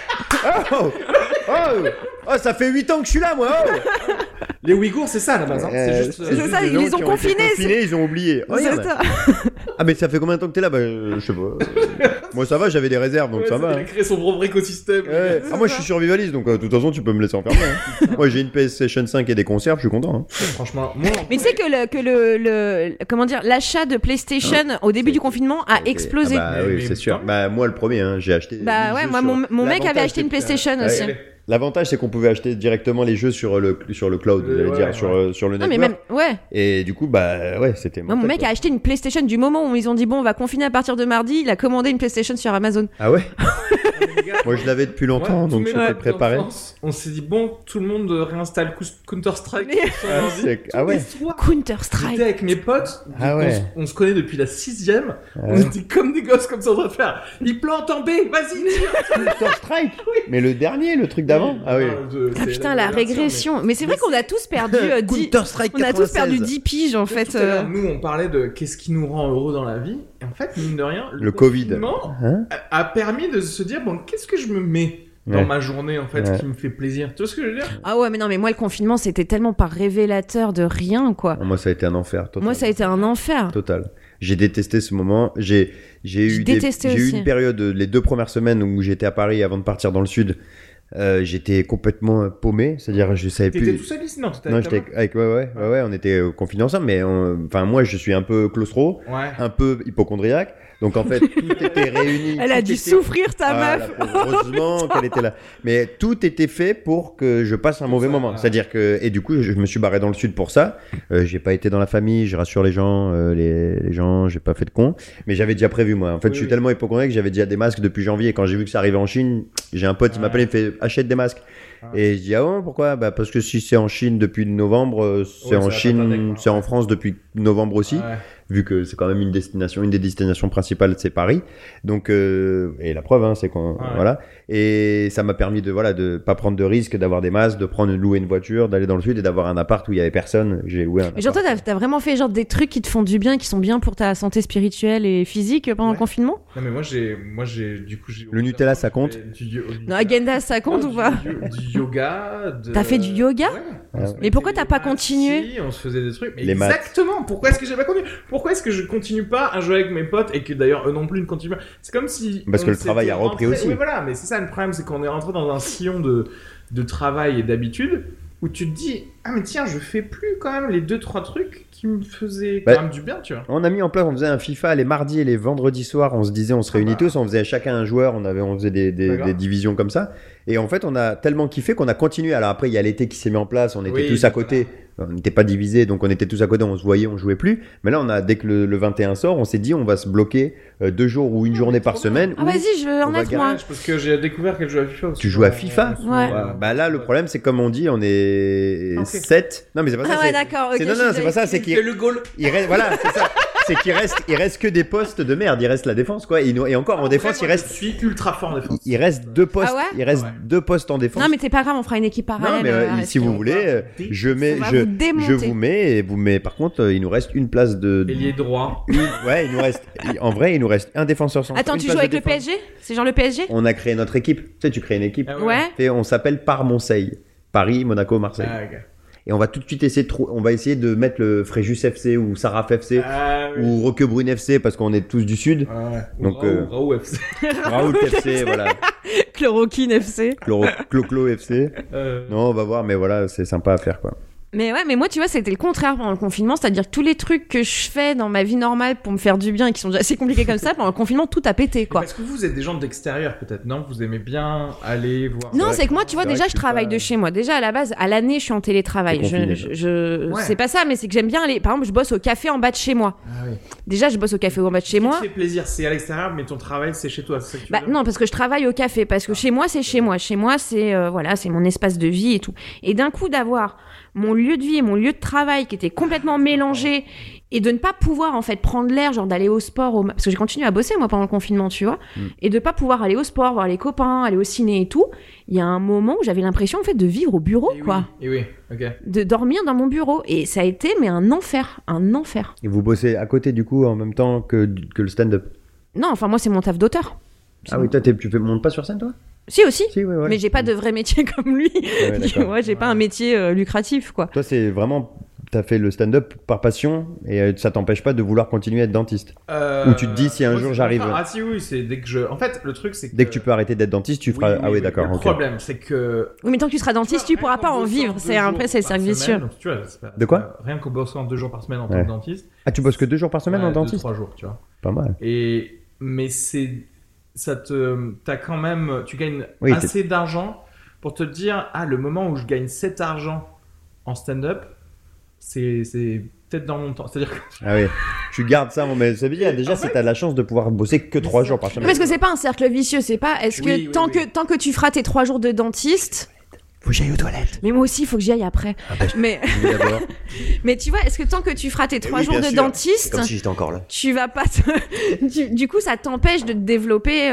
Oh, ça fait 8 ans que je suis là, moi. Les Ouïghours, c'est ça à la base. Hein. C'est ça, ils les ont confinés. Ils ont oublié. C'est ça. Ah, mais ça fait combien de temps que t'es là? Je sais pas. Moi, ça va, j'avais des réserves, donc ça va. Il a créé son propre écosystème. Moi, je suis survivaliste, donc de toute façon, tu peux me laisser enfermer. Moi, j'ai une PlayStation 5 et des conserves, je suis content. Franchement, mais tu sais que comment dire, l'achat de PlayStation au début du confinement a explosé. Ah bah oui, c'est sûr. Bah moi, le premier, j'ai acheté. Bah ouais, moi, mon mec avait acheté une PlayStation aussi. L'avantage, c'est qu'on pouvait acheter directement les jeux sur le cloud, sur le network. Non, mais même, Et du coup, c'était. Moi, mon mec a acheté une PlayStation du moment où ils ont dit bon, on va confiner à partir de mardi. Il a commandé une PlayStation sur Amazon. Ah ouais. Moi, je l'avais depuis longtemps, donc j'étais préparé. On s'est dit bon, tout le monde réinstalle Counter-Strike. Ah ouais. Counter-Strike. Avec mes potes, on se connaît depuis la 6ème. On était comme des gosses comme ça en train de faire. Il plante en B, vas-y. Counter-Strike. Mais le dernier, le truc d'avant. Ah oui. Putain, la régression. Mais c'est vrai qu'on a tous perdu 10. On a tous perdu 10 piges en fait. Nous, on parlait de qu'est-ce qui nous rend heureux dans la vie. Et en fait, mine de rien, le Covid a permis de se dire bon, qu'est-ce que je me mets dans ma journée en fait qui me fait plaisir. Tu vois ce que je veux dire? Ah ouais, mais non, mais moi le confinement c'était tellement pas révélateur de rien quoi. Moi ça a été un enfer total. Moi ça a été un enfer total. J'ai détesté ce moment. J'ai eu une période, les 2 premières semaines où j'étais à Paris avant de partir dans le sud. J'étais complètement paumé, c'est-à-dire je savais plus. T'étais tout seul ici? Non, j'étais avec on était confinés ensemble, mais moi je suis un peu claustro, un peu hypocondriaque. Donc en fait, tout était réuni. Elle a dû souffrir ta meuf. Heureusement qu'elle était là. Mais tout était fait pour que je passe un mauvais moment. C'est-à-dire que et du coup, je me suis barré dans le sud pour ça. J'ai pas été dans la famille. Je rassure les gens. Les gens, j'ai pas fait de con. Mais j'avais déjà prévu moi. En fait, je suis tellement hypochondriaque que j'avais déjà des masques depuis janvier. Et quand j'ai vu que ça arrivait en Chine, j'ai un pote qui m'appelait, il me fait achète des masques. Et je dis pourquoi? Parce que si c'est en Chine depuis novembre, c'est en Chine, c'est en France depuis novembre aussi. Vu que c'est quand même une des destinations principales, c'est Paris. Donc, et la preuve, c'est qu'on, voilà. Et ça m'a permis de pas prendre de risques, d'avoir des masques, de louer une voiture, d'aller dans le sud et d'avoir un appart où il y avait personne. J'ai loué un appart. Mais genre, toi, t'as vraiment fait des trucs qui te font du bien, qui sont bien pour ta santé spirituelle et physique pendant le confinement? Non, mais moi, j'ai le Nutella, ça compte? Non, Agenda, ça compte ou pas? Du yoga. T'as fait du yoga? Mais pourquoi t'as pas continué? Si, on se faisait des trucs. Exactement. Pourquoi est-ce que j'ai pas continué? Pourquoi est-ce que je continue pas à jouer avec mes potes et que d'ailleurs eux non plus ne continuent pas? C'est comme si. Parce que le travail a repris aussi. Oui, voilà, mais c'est ça le problème, c'est qu'on est rentré dans un sillon de travail et d'habitude où tu te dis mais tiens, je fais plus quand même les 2-3 trucs qui me faisaient quand même du bien, tu vois. On a mis en place, on faisait un FIFA les mardis et les vendredis soirs, on se disait, on se réunit tous, on faisait chacun un joueur, on faisait des divisions comme ça. Et en fait, on a tellement kiffé qu'on a continué. Alors après, il y a l'été qui s'est mis en place, on était tous à côté. On n'était pas divisés, donc on était tous à côté, on se voyait, on jouait plus. Mais là, dès que le 21 sort, on s'est dit, on va se bloquer 2 jours ou une journée par semaine. Ah vas-y, je veux en être moi. Parce que j'ai découvert qu'elle joue à FIFA aussi. Tu joues à FIFA? Ouais. Bah là, le problème, c'est comme on dit, on est 7. Non, mais c'est pas ça. Ah ouais, d'accord. Non, c'est pas ça, c'est qu'il le goal. Voilà, c'est ça. C'est qu'il reste que des postes de merde. Il reste la défense, quoi. Et encore en défense, il reste. Je suis ultra fort en défense. Il reste 2 postes. Ah ouais? Il reste 2 postes en défense. Non, mais c'est pas grave, on fera une équipe parallèle. Non, mais si vous voulez, je vous mets et vous mets. Par contre, il nous reste une place de. Ailier droit. Ouais, il nous reste. En vrai, il nous reste un défenseur central. Attends, tu joues avec le PSG? C'est genre le PSG? On a créé notre équipe. Tu sais, tu crées une équipe. Ouais. Et on s'appelle Par-Monceil. Paris, Monaco, Marseille. Et on va tout de suite essayer de mettre le Fréjus FC ou Saraf FC ou Roquebrune FC parce qu'on est tous du sud. Donc Raoult FC. Raoult FC, voilà. Chloroquine FC. Clo-Clo FC. Non, on va voir, mais voilà, c'est sympa à faire, quoi. Mais moi, tu vois, c'était le contraire pendant le confinement. C'est-à-dire que tous les trucs que je fais dans ma vie normale pour me faire du bien et qui sont déjà assez compliqués comme ça, pendant le confinement, tout a pété, quoi. Parce que vous êtes des gens d'extérieur, peut-être, non? Vous aimez bien aller voir. Non, c'est que moi, tu vois, déjà, je travaille de chez moi. Déjà, à la base, à l'année, je suis en télétravail. C'est pas ça, mais c'est que j'aime bien aller. Par exemple, je bosse au café en bas de chez moi. Ah oui. Déjà, je bosse au café en bas de chez moi. Ça te fait plaisir, c'est à l'extérieur, mais ton travail, c'est chez toi. C'est ça que tu veux dire? Non, parce que je travaille au café. Parce que chez moi, c'est chez moi. Chez moi, c'est c'est mon espace de vie et tout. Et d'un coup, d'avoir mon lieu de vie et mon lieu de travail qui étaient complètement mélangés et de ne pas pouvoir en fait prendre l'air, genre d'aller au sport, parce que j'ai continué à bosser moi pendant le confinement, tu vois, et de pas pouvoir aller au sport, voir les copains, aller au ciné et tout. Il y a un moment où j'avais l'impression en fait de vivre au bureau, quoi. Et oui, ok. De dormir dans mon bureau, et ça a été mais un enfer. Et vous bossez à côté du coup en même temps que le stand-up? Non, enfin moi c'est mon taf d'auteur. Ah oui, toi tu montes pas sur scène toi? Si aussi, ouais. Mais j'ai pas de vrai métier comme lui. Ouais, j'ai pas un métier lucratif, quoi. Toi, c'est vraiment, t'as fait le stand-up par passion et ça t'empêche pas de vouloir continuer à être dentiste. Ou tu te dis si un jour j'arrive. Ah si oui, c'est dès que je. En fait, le truc c'est que. Dès que tu peux arrêter d'être dentiste, tu feras. Oui, d'accord. Le problème, c'est que. Oui, mais tant que tu seras dentiste, tu pourras pas en vivre. C'est après, c'est le cercle vicieux. De quoi? Rien qu'en bossant 2 jours par semaine en tant que dentiste. Ah, tu bosses que 2 jours par semaine en dentiste? 2-3 jours, tu vois. Pas mal. Mais c'est. T'as quand même, tu gagnes assez d'argent pour te dire, le moment où je gagne cet argent en stand-up, c'est peut-être dans mon temps. C'est-à-dire que... Ah oui, tu gardes ça, mais ça veut dire déjà si t'as la chance de pouvoir bosser que 3 jours par semaine. Parce que c'est pas un cercle vicieux, c'est pas, est-ce que tant que tu feras tes 3 jours de dentiste... Faut que j'aille aux toilettes. Mais moi aussi, il faut que j'y aille après. Mais tu vois, est-ce que tant que tu feras tes 3 jours de dentiste, c'est comme si j'étais encore là. Tu vas pas du coup, ça t'empêche de te développer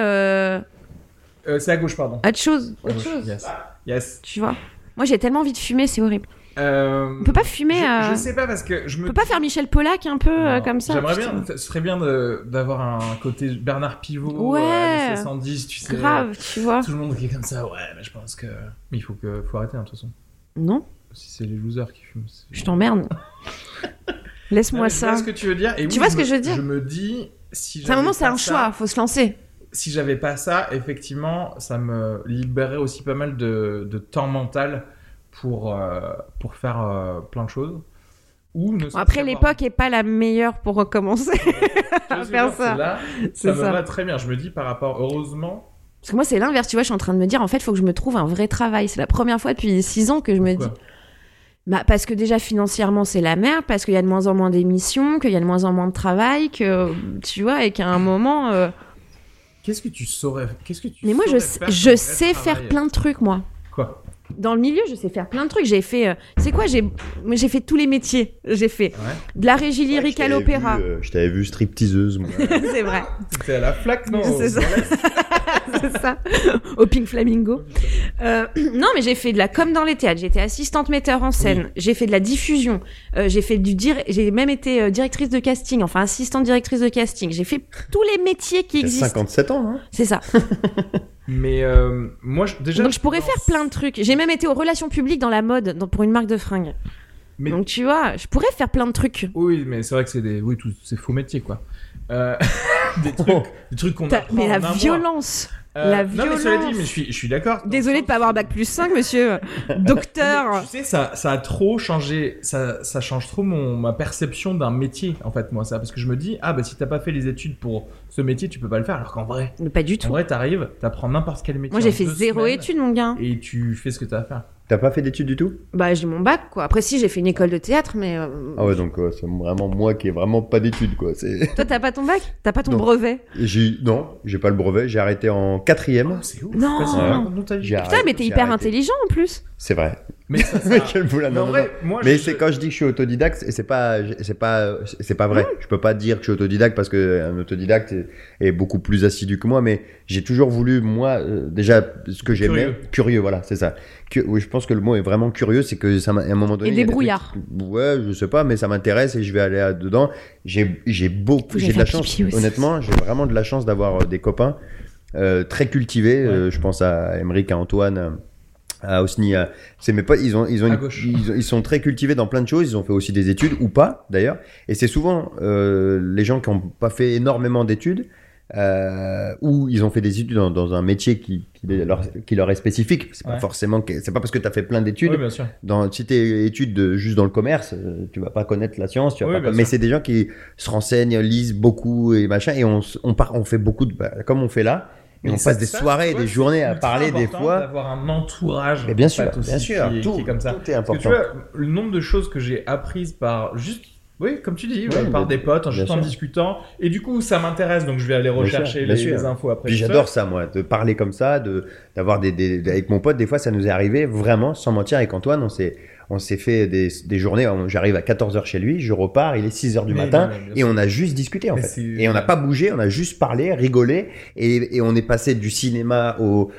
c'est à gauche, pardon. Autre chose. Yes. Tu vois. Moi, j'ai tellement envie de fumer, c'est horrible. On peut pas fumer. Je sais pas parce que on peut pas faire Michel Pollack un peu comme ça. J'aimerais bien. Ce serait bien d'avoir un côté Bernard Pivot. 70, tu sais. Grave, tu vois. Tout le monde qui est comme ça. Ouais, mais je pense que. Mais il faut arrêter, de toute façon. Non. Si c'est les losers qui fument. Je t'emmerde. Laisse-moi ça. Tu vois ce que tu veux dire. Et tu vois ce que je veux dire. Je me dis si. C'est un moment, c'est un choix. Faut se lancer. Si j'avais pas ça, effectivement, ça me libérerait aussi pas mal de temps mental pour faire plein de choses. Après, l'époque est pas la meilleure pour recommencer à faire ça. Ça me va très bien. Je me dis par rapport, heureusement... Parce que moi, c'est l'inverse. Tu vois, je suis en train de me dire, en fait, il faut que je me trouve un vrai travail. C'est la première fois depuis 6 ans que je me dis... parce que déjà, financièrement, c'est la merde, parce qu'il y a de moins en moins d'émissions, qu'il y a de moins en moins de travail, que, tu vois, et qu'à un moment... Qu'est-ce que tu saurais... Mais moi, je sais faire plein de trucs, moi. Quoi? Dans le milieu, je sais faire plein de trucs. J'ai fait, c'est quoi, j'ai fait tous les métiers. J'ai fait de la régie lyrique à l'opéra. Je t'avais vu stripteaseuse, moi. C'est vrai. C'était à la flaque, non? C'est ça. C'est ça. Au Pink Flamingo. Non, mais j'ai fait de la com dans les théâtres. J'ai été assistante metteur en scène. J'ai fait de la diffusion. J'ai même été directrice de casting. Enfin, assistante directrice de casting. J'ai fait tous les métiers qui existent. 57 ans, hein? C'est ça. Mais moi, déjà... Donc je pourrais faire plein de trucs. J'ai même été aux relations publiques dans la mode, pour une marque de fringues. Mais... Donc tu vois, je pourrais faire plein de trucs. Oui, mais c'est vrai que c'est c'est faux métiers, quoi. Des trucs qu'on apprend. Mais la violence. La violence. Non, mais cela dit, mais je suis d'accord. Désolé de pas avoir bac plus 5, monsieur. Docteur. Tu sais, ça a trop changé. Ça change trop ma perception d'un métier, en fait, moi, ça. Parce que je me dis, si t'as pas fait les études pour ce métier, tu peux pas le faire. Alors qu'en vrai. Mais pas du tout. En vrai, t'apprends n'importe quel métier. Moi, j'ai fait 0 études, mon gars. Et tu fais ce que t'as à faire. T'as pas fait d'études du tout? J'ai mon bac, quoi. Après, si, j'ai fait une école de théâtre, mais... Ah ouais, donc c'est vraiment moi qui ai vraiment pas d'études, quoi. Toi, t'as pas ton bac? T'as pas ton brevet? Non, j'ai pas le brevet. J'ai arrêté en 4e. C'est ouf. Non. Putain, mais t'es hyper intelligent, en plus. C'est vrai. Mais quelle boule. Non, vrai, moi, mais c'est quand je dis que je suis autodidacte, et c'est pas vrai. Je peux pas dire que je suis autodidacte parce qu'un autodidacte est beaucoup plus assidu que moi, mais j'ai toujours voulu, moi, déjà, ce que j'aimais. Curieux, voilà, c'est ça. Oui, je pense que le mot est vraiment curieux, c'est que ça à un moment donné. Et débrouillard. Ouais, je sais pas, mais ça m'intéresse et je vais aller dedans. J'ai de la chance, honnêtement, j'ai vraiment de la chance d'avoir des copains très cultivés. Je pense à Émeric, à Antoine. À Osni, c'est mes potes, ils sont très cultivés dans plein de choses, ils ont fait aussi des études ou pas d'ailleurs, et c'est souvent les gens qui n'ont pas fait énormément d'études où ils ont fait des études dans un métier qui leur est spécifique. C'est pas forcément c'est pas parce que tu as fait plein d'études. Oui, bien sûr. Si tu es études juste dans le commerce, tu vas pas connaître la science, mais c'est des gens qui se renseignent, lisent beaucoup et machin, et on fait beaucoup comme on fait là. Et on passe des soirées, des journées à parler des fois. D'avoir un entourage. Mais bien sûr, qui est comme ça. Tout est important. Parce que tu vois, le nombre de choses que j'ai apprises par juste, oui, comme tu dis, par des potes, en discutant. Et du coup, ça m'intéresse, donc je vais aller rechercher les infos après. Puis j'adore ça, moi, de parler comme ça, d'avoir avec mon pote. Des fois, ça nous est arrivé vraiment, sans mentir, avec Antoine, on s'est fait des journées, j'arrive à 14h chez lui, je repars, il est 6h du matin, et on a juste discuté en fait. Et on n'a pas bougé, on a juste parlé, rigolé, et on est passé du cinéma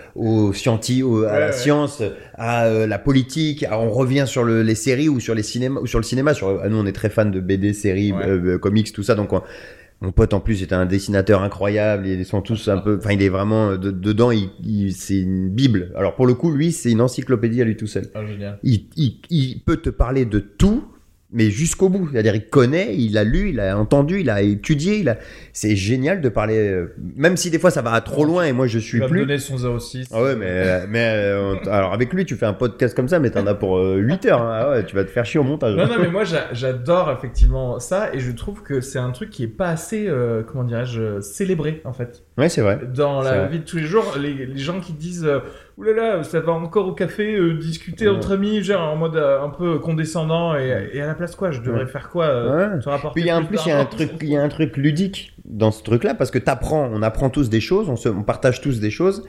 à la science, à la politique, on revient sur les séries ou sur le cinéma. Nous, on est très fans de BD, séries, comics, tout ça, donc mon pote en plus est un dessinateur incroyable, ils sont tous un peu, enfin il est vraiment dedans, c'est une bible. Alors pour le coup, lui c'est une encyclopédie à lui tout seul. Génial. Il peut te parler de tout, mais jusqu'au bout. C'est-à-dire il connaît, il a lu, il a entendu, il a étudié, c'est génial de parler, même si des fois ça va trop loin et moi je suis plus. Tu vas me donner son 06. Ah ouais, mais alors avec lui tu fais un podcast comme ça, mais t'en as pour 8 heures. Hein. Ah ouais, tu vas te faire chier au montage. Non, mais moi j'adore effectivement ça, et je trouve que c'est un truc qui est pas assez, comment dirais-je, célébré en fait. Ouais, c'est vrai. Dans la vie de tous les jours, les gens qui disent oulala, ça va encore au café discuter entre amis, genre en mode un peu condescendant, et à la place quoi, je devrais faire quoi te rapporter. Puis il y a un truc ludique dans ce truc-là, parce que on apprend tous des choses, on partage tous des choses.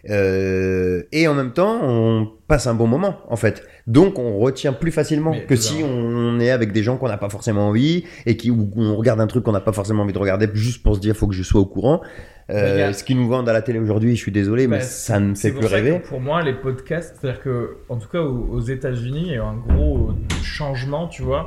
Et en même temps, on passe un bon moment, en fait. Donc, on retient plus facilement que si on est avec des gens qu'on n'a pas forcément envie ou on regarde un truc qu'on n'a pas forcément envie de regarder juste pour se dire faut que je sois au courant. Ce qu'ils nous vendent à la télé aujourd'hui, je suis désolé, mais ça ne fait plus rêver. Pour moi, les podcasts, c'est-à-dire que, en tout cas, aux États-Unis, il y a un gros changement, tu vois.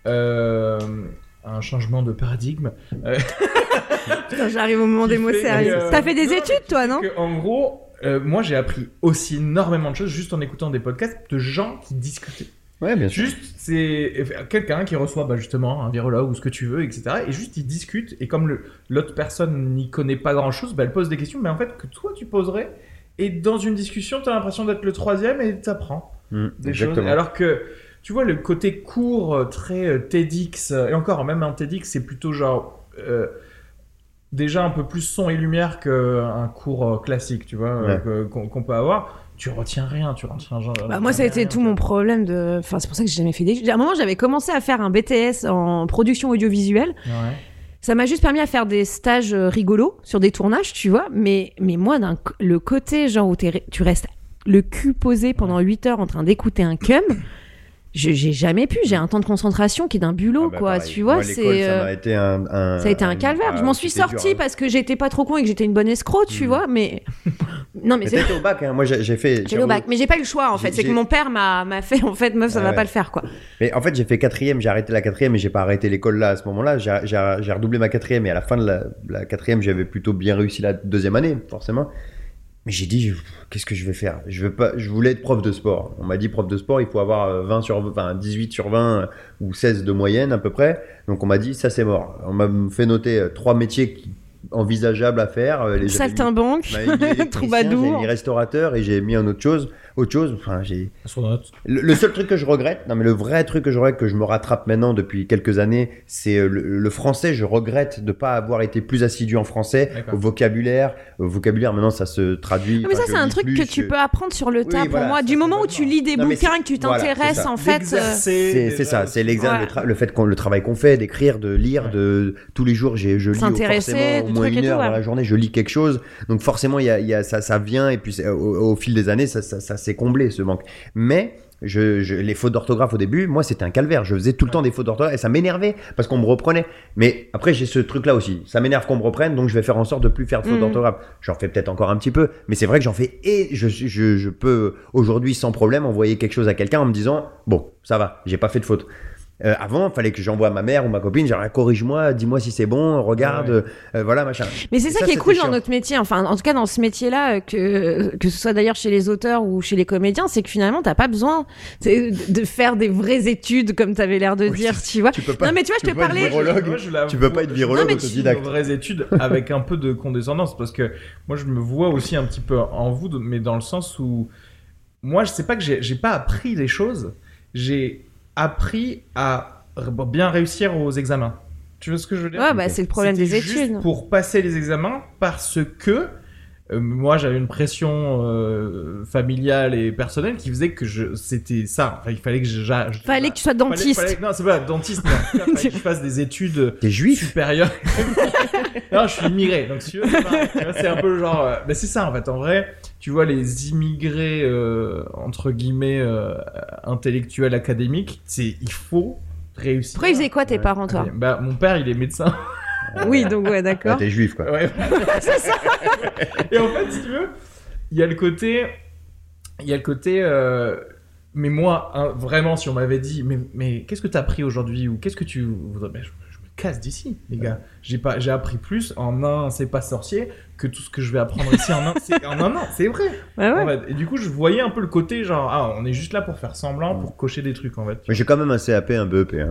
Un changement de paradigme. Putain, j'arrive au moment des mots sérieux. T'as fait des études, toi, non ? En gros, moi, j'ai appris aussi énormément de choses juste en écoutant des podcasts de gens qui discutaient. Ouais, bien sûr. Juste, c'est quelqu'un qui reçoit justement un virologue ou ce que tu veux, etc. Et juste, il discute. Et comme l'autre personne n'y connaît pas grand-chose, elle pose des questions, mais en fait, que toi, tu poserais. Et dans une discussion, tu as l'impression d'être le troisième et t'apprends des choses. Alors que, tu vois, le côté court, très TEDx, et encore, même un TEDx, c'est plutôt genre... déjà un peu plus son et lumière qu'un cours classique, tu vois, qu'on peut avoir. Tu retiens rien, moi, ça a été tout mon problème Enfin, c'est pour ça que j'ai jamais fait d'études. À un moment, j'avais commencé à faire un BTS en production audiovisuelle. Ouais. Ça m'a juste permis à faire des stages rigolos sur des tournages, tu vois. Mais moi, le côté genre où tu restes le cul posé pendant 8 heures en train d'écouter un cum... J'ai jamais pu, j'ai un temps de concentration qui est d'un bulot, quoi, pareil. Tu vois, moi, c'est... Ça a été ça a été un calvaire. Je m'en suis sortie parce que j'étais pas trop con et que j'étais une bonne escroc, tu vois, mais... Non, mais peut-être au bac, hein. Moi j'ai fait... J'ai au bac, mais j'ai pas eu le choix, en fait. C'est que mon père m'a fait, en fait, meuf, ça va pas le faire, quoi. Mais en fait, j'ai fait 4e, j'ai arrêté la 4e et j'ai pas arrêté l'école là, à ce moment-là. J'ai redoublé ma 4e et à la fin de la 4e, j'avais plutôt bien réussi la 2e année, forcément. Mais j'ai dit, qu'est-ce que je vais faire ? Je voulais être prof de sport. On m'a dit, prof de sport, il faut avoir 18 sur 20 ou 16 de moyenne à peu près. Donc on m'a dit, ça c'est mort. On m'a fait noter 3 métiers envisageables à faire. Saltimbanque, troubadour. J'ai mis restaurateur et j'ai mis un autre chose. Enfin, le seul truc que je regrette, mais le vrai truc que je regrette, que je me rattrape maintenant depuis quelques années, c'est le français. Je regrette de pas avoir été plus assidu en français. Au vocabulaire. Maintenant, ça se traduit. Mais ça, c'est un truc que tu peux apprendre sur le tas. Pour moi, du moment où tu lis des bouquins, que tu t'intéresses, en fait. C'est ça. C'est l'exercice, le fait le travail qu'on fait, d'écrire, de lire, de tous les jours, je lis forcément au moins 1 heure dans la journée. Je lis quelque chose. Donc forcément, il y a ça vient et puis au fil des années, ça s'est comblé ce manque. Mais les fautes d'orthographe au début, moi c'était un calvaire. Je faisais tout le temps des fautes d'orthographe et ça m'énervait parce qu'on me reprenait. Mais après j'ai ce truc là aussi. Ça m'énerve qu'on me reprenne, donc je vais faire en sorte de plus faire de fautes d'orthographe. J'en fais peut-être encore un petit peu, mais c'est vrai que j'en fais et je peux aujourd'hui sans problème envoyer quelque chose à quelqu'un en me disant bon ça va, j'ai pas fait de faute. Avant, il fallait que j'envoie à ma mère ou ma copine, genre corrige-moi, dis-moi si c'est bon, regarde, voilà, machin. Mais c'est ça qui est cool dans notre métier, enfin, en tout cas dans ce métier-là, que ce soit d'ailleurs chez les auteurs ou chez les comédiens, c'est que finalement, t'as pas besoin de faire des vraies études, comme t'avais l'air de dire, tu vois. Tu peux pas, non, mais tu vois, je te parlais. Tu peux pas être virologue autodidacte. Des vraies études avec un peu de condescendance, parce que moi, je me vois aussi un petit peu en vous, mais dans le sens où moi, je sais pas que j'ai pas appris les choses, j'ai appris à bien réussir aux examens. Tu vois ce que je veux dire ? Ouais, bah c'est le problème des études. Juste pour passer les examens, parce que moi j'avais une pression familiale et personnelle qui faisait que c'était ça. Enfin, il fallait que fallait que tu sois dentiste. Non, c'est pas dentiste. Non. Il fallait que je fasse des études supérieures. Non, je suis immigré, donc si tu veux, c'est un peu le genre. Mais c'est ça en fait. En vrai, tu vois les immigrés entre guillemets intellectuels académiques, il faut réussir. Pourquoi ils faisaient quoi tes parents, toi ? Bah mon père il est médecin. Oui, donc ouais, d'accord. Ah, t'es juif, quoi. Ouais. C'est ça. Et en fait, si tu veux, il y a le côté, mais moi, hein, vraiment, si on m'avait dit, mais qu'est-ce que t'as appris aujourd'hui, ou qu'est-ce que tu voudrais, je me casse d'ici, les gars. J'ai appris plus en un, c'est pas sorcier, que tout ce que je vais apprendre ici en un an, c'est vrai. Ouais. En fait. Et du coup, je voyais un peu le côté genre, on est juste là pour faire semblant, pour cocher des trucs, en fait. Mais j'ai quand même un CAP, un BEP. Hein.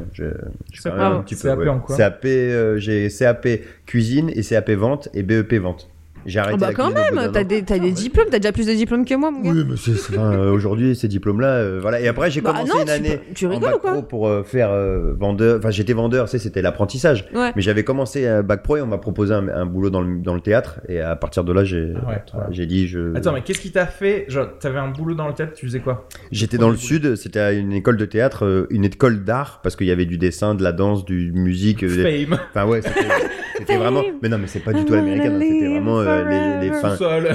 Un petit peu, CAP en quoi ? CAP, j'ai CAP cuisine et CAP vente et BEP vente. J'ai arrêté bah quand même, t'as des diplômes, t'as déjà plus de diplômes que moi, mon gars. Oui, mais aujourd'hui, ces diplômes-là, voilà. Et après, j'ai commencé une année tu rigoles en ou quoi bac pro pour faire vendeur. Enfin, j'étais vendeur, c'était l'apprentissage. Ouais. Mais j'avais commencé bac pro et on m'a proposé un boulot dans le théâtre. Et à partir de là, j'ai dit Attends, mais qu'est-ce qui t'a fait ? Genre, t'avais un boulot dans le théâtre, tu faisais quoi ? J'étais dans le sud, c'était à une école de théâtre, une école d'art, parce qu'il y avait du dessin, de la danse, du musique. Fame. Enfin, ouais, c'était vraiment. Mais non, mais c'est pas du tout l'américaine, c'était vraiment les fins.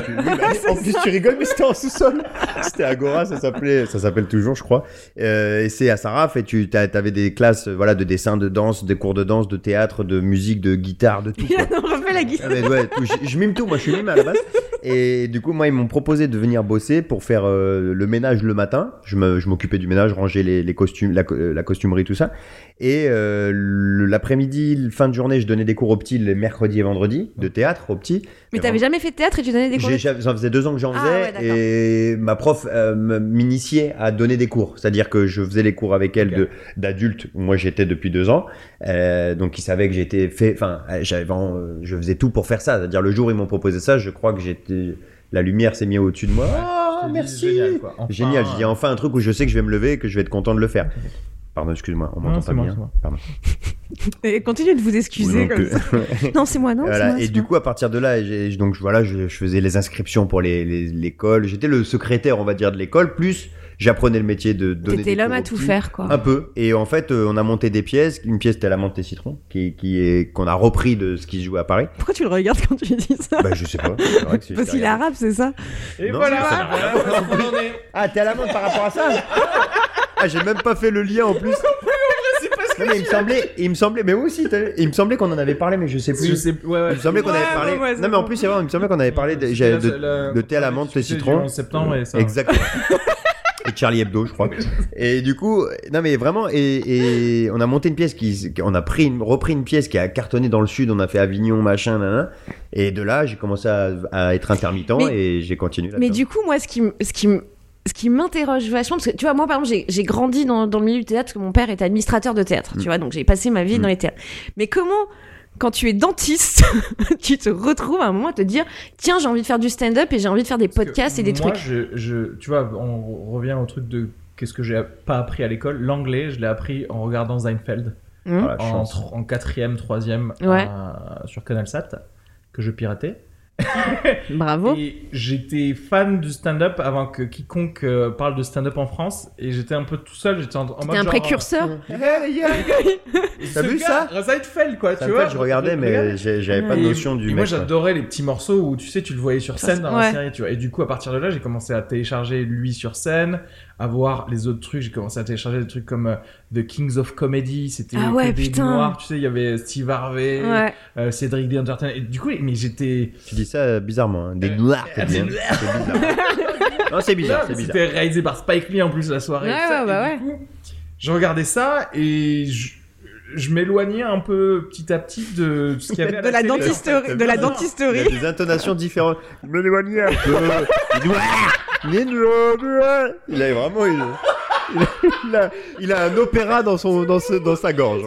En plus, tu rigoles, mais c'était en sous-sol. C'était Agora, ça s'appelle toujours, je crois. Et c'est à Saraf, et tu avais des classes, voilà, de dessin, de danse, des cours de danse, de théâtre, de musique, de guitare, de tout. Il a refait la guitare. Ouais, je mime tout, moi, je suis mime à la base. Et du coup, moi, ils m'ont proposé de venir bosser pour faire le ménage le matin. Je m'occupais du ménage, ranger les costumes, la costumerie, tout ça. Et l'après-midi, fin de journée, je donnais des cours aux petits les mercredis et vendredis de théâtre aux petits. Mais t'avais jamais fait de théâtre et tu donnais des cours ? Ça faisait 2 ans que j'en faisais, et ma prof m'initiait à donner des cours. C'est-à-dire que je faisais les cours avec elle d'adultes, où moi j'étais depuis 2 ans. Donc ils savaient que j'étais fait, enfin, je faisais tout pour faire ça. C'est-à-dire le jour où ils m'ont proposé ça, je crois que la lumière s'est mise au-dessus de moi. Oh, merci. Génial, quoi. Enfin, génial. Je dis enfin un truc où je sais que je vais me lever et que je vais être content de le faire. Pardon, excuse-moi, on m'entend pas bien. Pardon. Et continuez de vous excuser comme ça. Non, c'est moi, non. Voilà. C'est moi, et du coup, à partir de là, je faisais les inscriptions pour l'école. J'étais le secrétaire, on va dire, de l'école, plus j'apprenais le métier de donner. T'étais l'homme à tout faire, quoi. Un peu. Et en fait, on a monté des pièces. Une pièce, c'était La Menthe et Citron, qu'on a repris de ce qui se jouait à Paris. Pourquoi tu le regardes quand tu dis ça ? Bah, je sais pas. C'est vrai que parce qu'il est arabe, c'est ça ? Et non, voilà. Ah, t'es à la menthe par rapport à ça ? Ah, j'ai même pas fait le lien en plus. Non, mais il me semblait, mais moi aussi, il me semblait qu'on en avait parlé, mais je sais plus. Il me semblait qu'on avait parlé. Non, mais en plus, c'est vrai, il me semblait qu'on avait parlé de thé à la menthe, les citrons. En septembre et ça. Exactement. Et Charlie Hebdo, je crois. Et du coup, non, mais vraiment, et on a monté une pièce on a repris une pièce qui a cartonné dans le sud, on a fait Avignon, machin, nanana. Et de là, j'ai commencé à être intermittent et j'ai continué là-dedans. Mais du coup, moi, ce qui m'interroge vachement, parce que tu vois, moi par exemple, j'ai grandi dans le milieu du théâtre parce que mon père est administrateur de théâtre, tu vois, donc j'ai passé ma vie dans les théâtres. Mais comment, quand tu es dentiste, tu te retrouves à un moment à te dire, tiens, j'ai envie de faire du stand-up et j'ai envie de faire des podcasts et des trucs. Moi, tu vois, on revient au truc de qu'est-ce que j'ai pas appris à l'école. L'anglais, je l'ai appris en regardant Seinfeld, en 4e, 3e sur CanalSat, que je piratais. Bravo. Et j'étais fan du stand-up avant que quiconque parle de stand-up en France, et j'étais un peu tout seul. J'étais en mode un précurseur. T'as vu ça ? Seinfeld, quoi, tu vois. Je regardais, mais j'avais pas de notion du mec. Moi, j'adorais les petits morceaux où tu sais, tu le voyais sur scène dans la série, tu vois. Et du coup, à partir de là, j'ai commencé à télécharger lui sur scène, à voir les autres trucs. J'ai commencé à télécharger des trucs comme The Kings of Comedy, c'était des noirs, tu sais, il y il y avait Steve Harvey, Cédric The Entertainer. Et du coup, mais j'étais... Tu dis ça bizarrement, hein. Des noirs, c'est bien. C'est bizarre. Non, c'est bizarre, c'est bizarre. C'était réalisé par Spike Lee en plus la soirée. Ouais, Du coup, je regardais ça et je m'éloignais un peu petit à petit de ce qu'il y avait à la dentisterie. De la dentisterie. Il y a des intonations différentes. Je m'éloignais un peu. Il a vraiment il a un opéra dans sa gorge.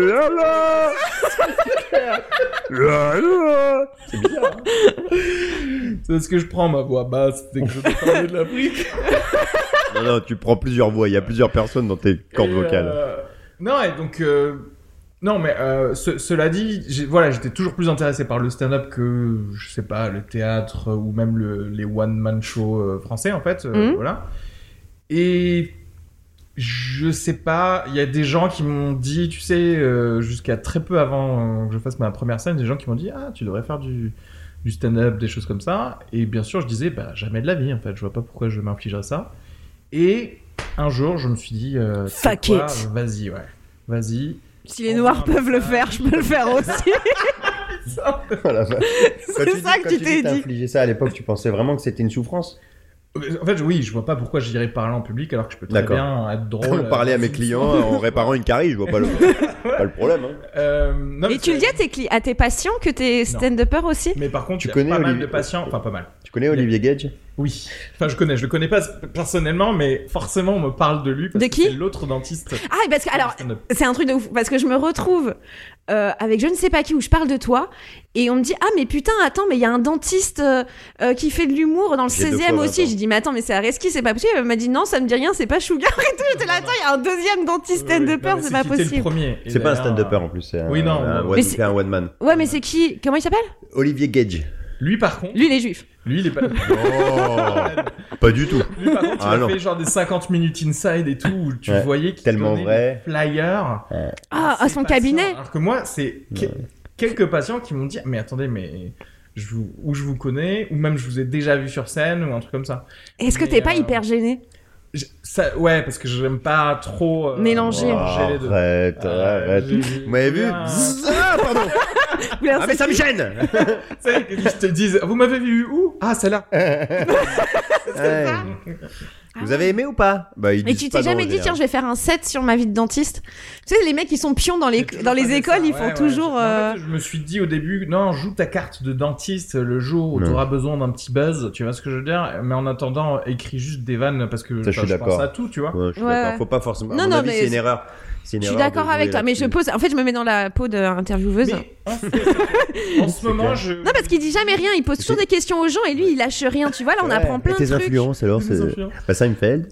C'est bizarre. C'est ce que je prends ma voix basse dès que je veux parler de l'Afrique. Non, tu prends plusieurs voix. Il y a plusieurs personnes dans tes cordes vocales. Non, et donc... Non, mais cela dit, j'étais toujours plus intéressé par le stand-up que, je sais pas, le théâtre ou même les one-man shows français, en fait. Voilà. Et je sais pas, il y a des gens qui m'ont dit, tu sais, jusqu'à très peu avant que je fasse ma première scène, des gens qui m'ont dit « Ah, tu devrais faire du stand-up, des choses comme ça. » Et bien sûr, je disais « Jamais de la vie, en fait. Je vois pas pourquoi je m'infligerais ça. » Et un jour, je me suis dit « Fuck it. Vas-y. » Si les Noirs peuvent le faire, je peux le faire aussi. Voilà, c'est ça que tu t'es dit. Quand tu infligé ça à l'époque, tu pensais vraiment que c'était une souffrance ? En fait, oui, je vois pas pourquoi j'irais parler en public alors que je peux très bien être drôle. Parler à mes clients en réparant une carie, je vois pas le problème. Non, et tu le dis à tes patients que t'es stand-upper aussi ? Mais par contre, tu connais pas mal de patients, enfin pas mal. Tu connais Olivier Gage ? Oui. Enfin, je le connais pas personnellement, mais forcément, on me parle de lui parce que c'est l'autre dentiste. Ah, parce que, alors, c'est un truc de ouf, parce que je me retrouve avec je ne sais pas qui où je parle de toi, et on me dit, ah, mais putain, attends, mais il y a un dentiste qui fait de l'humour dans le 16e aussi. J'ai dit, mais attends, mais c'est Areski, c'est pas possible. Elle m'a dit, non, ça me dit rien, c'est pas Sugar et tout. J'étais là, attends, il y a un deuxième dentiste stand-upper, c'est pas possible. C'est le premier. C'est pas un stand-upper en plus, c'est un one man. Ouais, mais c'est qui ? Comment il s'appelle ? Olivier Gage. Lui, par contre. Lui, il est juif. Lui, il est pas. Pas du tout. Lui, par contre, il a fait genre des 50 minutes inside et tout, où tu voyais qu'il tellement donnait vrai. des flyers. À son cabinet. Alors que moi, c'est quelques patients qui m'ont dit, mais attendez, mais où je vous connais, ou même je vous ai déjà vu sur scène, ou un truc comme ça. Est-ce que t'es pas hyper gêné ? Ouais, parce que j'aime pas trop mélanger. Les deux. Arrête. Vous m'avez vu ? Pardon. Ah mais ça me gêne. Tu sais, ils te disent, vous m'avez vu où ? Ah, celle-là. Vous avez aimé ou pas ? Et tu t'es jamais dit, tiens, je vais faire un set sur ma vie de dentiste ? Tu sais, les mecs qui sont pions dans les écoles, ils font toujours... En fait, je me suis dit au début, non, joue ta carte de dentiste le jour où tu auras besoin d'un petit buzz, tu vois ce que je veux dire ? Mais en attendant, écris juste des vannes parce que je pense à tout, tu vois. Ouais, je suis d'accord. Faut pas forcément... À mon avis, c'est une erreur. Je suis d'accord avec toi, mais je me mets dans la peau d'intervieweuse. En ce moment, Non, parce qu'il dit jamais rien, il pose toujours des questions aux gens et lui, il lâche rien, tu vois, là, on apprend plein de trucs. Tes influences, alors, c'est... Seinfeld.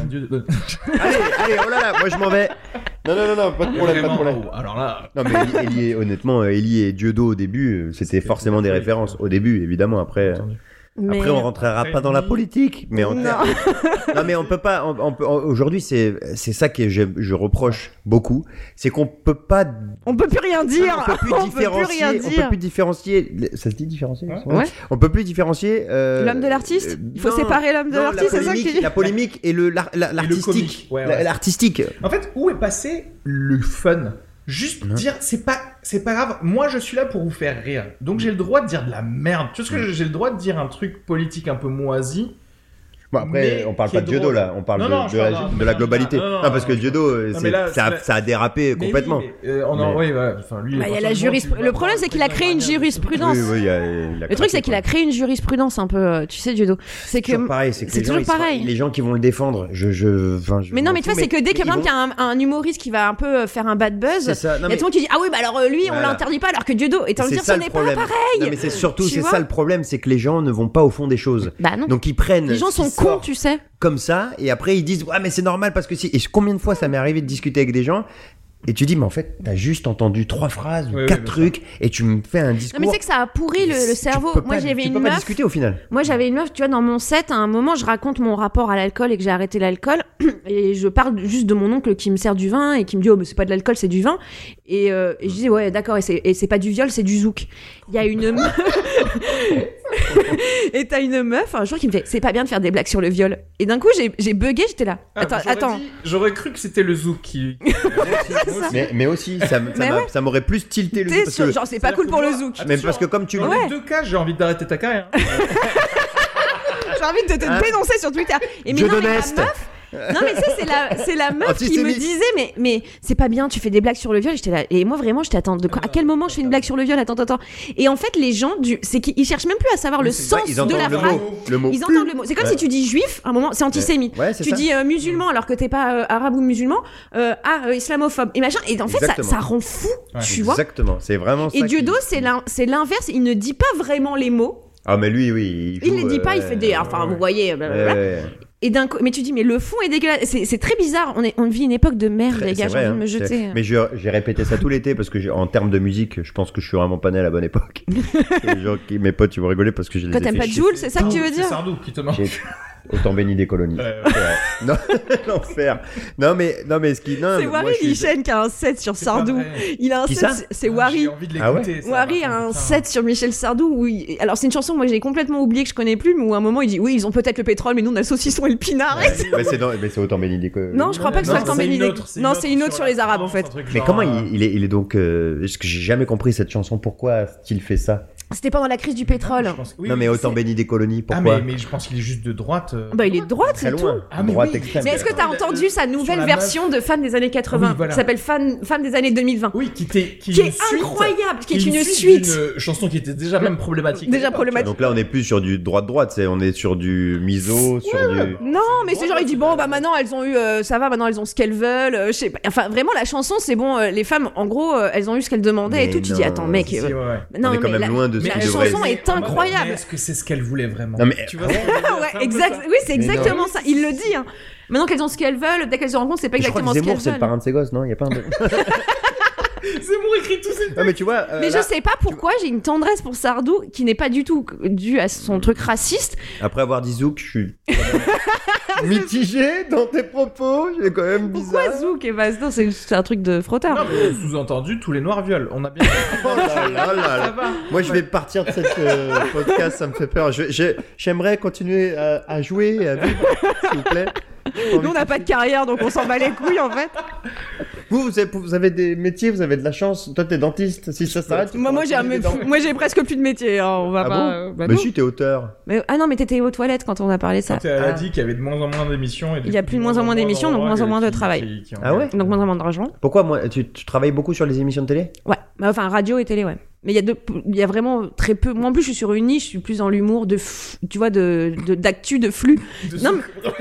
Allez, oh là là, moi je m'en vais. Non, pas de problème. Alors là... Non, mais honnêtement, Elie et Dieudo au début, c'était forcément des références. Au début, évidemment, après... Après, on rentrera pas dans la politique, mais non, mais on peut pas. Aujourd'hui, c'est ça que je reproche beaucoup, c'est qu'on peut pas. On peut plus rien dire. On peut plus différencier. Ça se dit différencier. Ouais. On peut plus différencier. L'homme de l'artiste. Il faut séparer l'homme de l'artiste. C'est ça qui dit. La polémique et l'artistique. L'artistique. En fait, où est passé le fun ? Juste dire, c'est pas grave, moi je suis là pour vous faire rire. Donc j'ai le droit de dire de la merde. Tu vois ce que j'ai le droit de dire un truc politique un peu moisi. Bon, après, on parle pas de Dieudo là, on parle de la globalité. Non, parce que Dieudo, ça a dérapé complètement. Il y a la jurisprudence. Le problème, c'est qu'il a créé une jurisprudence. Oui, le truc, c'est qu'il a créé une jurisprudence un peu, tu sais, Dieudo. C'est toujours pareil, c'est toujours pareil. Les gens qui vont le défendre, mais non, mais tu vois, c'est que dès qu'il y a un humoriste qui va un peu faire un bad buzz, il y a tout le monde qui dit, ah oui, bah alors lui, on l'interdit pas, alors que Dieudo. Et t'as envie de dire, ce n'est pas pareil. Non, mais c'est surtout, c'est ça le problème, c'est que les gens ne vont pas au fond des choses. Bah non. Donc ils prennent. Les gens sont cons, tu sais. Comme ça, et après ils disent, ouais, mais c'est normal parce que si. Et combien de fois ça m'est arrivé de discuter avec des gens, et tu dis, mais en fait, t'as juste entendu 3 phrases ou 4 trucs, et tu me fais un discours. Non, mais c'est que ça a pourri le cerveau. Moi, j'avais une meuf. Tu peux pas discuter au final. Moi, j'avais une meuf, tu vois, dans mon set, à un moment, je raconte mon rapport à l'alcool et que j'ai arrêté l'alcool, et je parle juste de mon oncle qui me sert du vin et qui me dit, oh, mais c'est pas de l'alcool, c'est du vin. Et je dis, ouais, d'accord, et c'est pas du viol, c'est du zouk. Il y a une meuf. Et t'as une meuf un jour qui me fait, c'est pas bien de faire des blagues sur le viol. Et d'un coup, j'ai bugué, j'étais là. Attends. J'aurais cru que c'était le zouk qui. Mais aussi, ça m'aurait plus tilté le zouk. Genre, c'est pas cool pour le zouk. Mais parce que comme tu dans les deux cas, j'ai envie d'arrêter ta carrière. J'ai envie de te dénoncer sur Twitter. Et mais non, mais Non, mais ça, c'est la meuf qui me disait, mais c'est pas bien, tu fais des blagues sur le viol. J'étais là, et moi, vraiment, j'étais attends, à quel moment je fais une blague sur le viol? Attends. Et en fait, les gens, c'est qu'ils cherchent même plus à savoir le sens de la phrase. Le mot. Ils entendent le mot. C'est comme si tu dis juif, à un moment, c'est antisémite. Tu dis musulman alors que t'es pas arabe ou musulman, islamophobe et machin. Et en fait, ça rend fou, tu vois. Exactement, c'est vraiment ça. Et Dieudo, c'est l'inverse. Il ne dit pas vraiment les mots. Ah, mais lui, oui. Il les dit pas, il fait des. Enfin, vous voyez. Et mais tu dis, mais le fond est dégueulasse. C'est très bizarre. On vit une époque de merde, les gars. J'ai envie de me jeter. Mais j'ai répété ça tout l'été parce que en termes de musique, je pense que je suis vraiment pas né à la bonne époque. Mes potes, ils vont rigoler parce que je les ai fait. Quand t'aimes pas Jul, c'est ça que tu veux dire? C'est Sardou qui te manque. Autant béni des colonies. Non, l'enfer. Non mais ce qui. C'est Wari Michel qui a un 7 sur Sardou. Il a un 7. C'est Wari. J'ai envie de l'écouter. Wari a un 7 sur Michel Sardou. Alors c'est une chanson, moi j'ai complètement oublié que je connais plus, mais où à un moment il dit oui, ils ont peut-être le pétrole, mais nous on a le saucisson et le pinard. Mais c'est Autant béni des colonies. Non, je crois pas que ce soit Autant béni des. Non, c'est une autre sur les Arabes en fait. Mais comment il est donc. Est-ce que j'ai jamais compris cette chanson? Pourquoi a-t-il fait ça? C'était pendant la crise du pétrole. Non, mais Autant béni des colonies, pourquoi? Mais je pense qu'il est juste de droite. Bah, il est de droite, c'est tout. Droite extrême. Mais est-ce que t'as entendu sa nouvelle version de Fan des années 80 qui s'appelle Fan des années 2020? Oui, qui est incroyable, qui est une suite. Une chanson qui était déjà même problématique. Donc là, on est plus sur du droite, on est sur du miso, sur du. Non, mais c'est genre, il dit bon, bah maintenant elles ont eu, ça va, maintenant elles ont ce qu'elles veulent. Je sais pas. Enfin, vraiment, la chanson, c'est bon, les femmes, en gros, elles ont eu ce qu'elles demandaient et tout. Tu dis, attends, mec. On est quand même loin de ce qui devrait être. La chanson est incroyable. Est-ce que c'est ce qu'elle voulait vraiment? Non, mais... Tu vois exact. Oui, c'est exactement ça. Il le dit. Hein. Maintenant qu'elles ont ce qu'elles veulent, dès qu'elles se rendent compte, c'est pas exactement ce qu'elles veulent. C'est le parrain de ses gosses, non? Il y a pas un. Zemmour écrit tous ces. Non, mais tu vois. Mais je sais pas pourquoi j'ai une tendresse pour Sardou qui n'est pas du tout due à son truc raciste. Après avoir dit Zouk, je suis mitigé dans tes propos. J'ai quand même bizarre. Pourquoi Zouk et Vasdo, c'est un truc de frottard. Non, mais sous-entendu, tous les noirs violent. On a bien. Oh là. Moi, je vais partir de cette podcast. Ça me fait peur. J'aimerais continuer à jouer, à vivre, s'il vous plaît. Nous, on n'a pas de carrière, donc on s'en bat les couilles, en fait. Vous avez des métiers, vous avez de la chance. Toi, t'es dentiste. Si ça s'arrête. Moi, j'ai presque plus de métier. Hein. On va pas. Bon mais si, t'es auteur. Non, mais t'étais aux toilettes quand on a parlé de ça. Elle a dit qu'il y avait de moins en moins d'émissions. Il y a plus de moins en moins d'émissions, donc moins en moins de travail. Ah ouais? Donc moins en moins d'argent. Pourquoi tu travailles beaucoup sur les émissions de télé? Ouais. Enfin, radio et télé, ouais. Mais il y a vraiment très peu. Moi, en plus, je suis sur une niche. Je suis plus dans l'humour tu vois, d'actu, de flux. Non,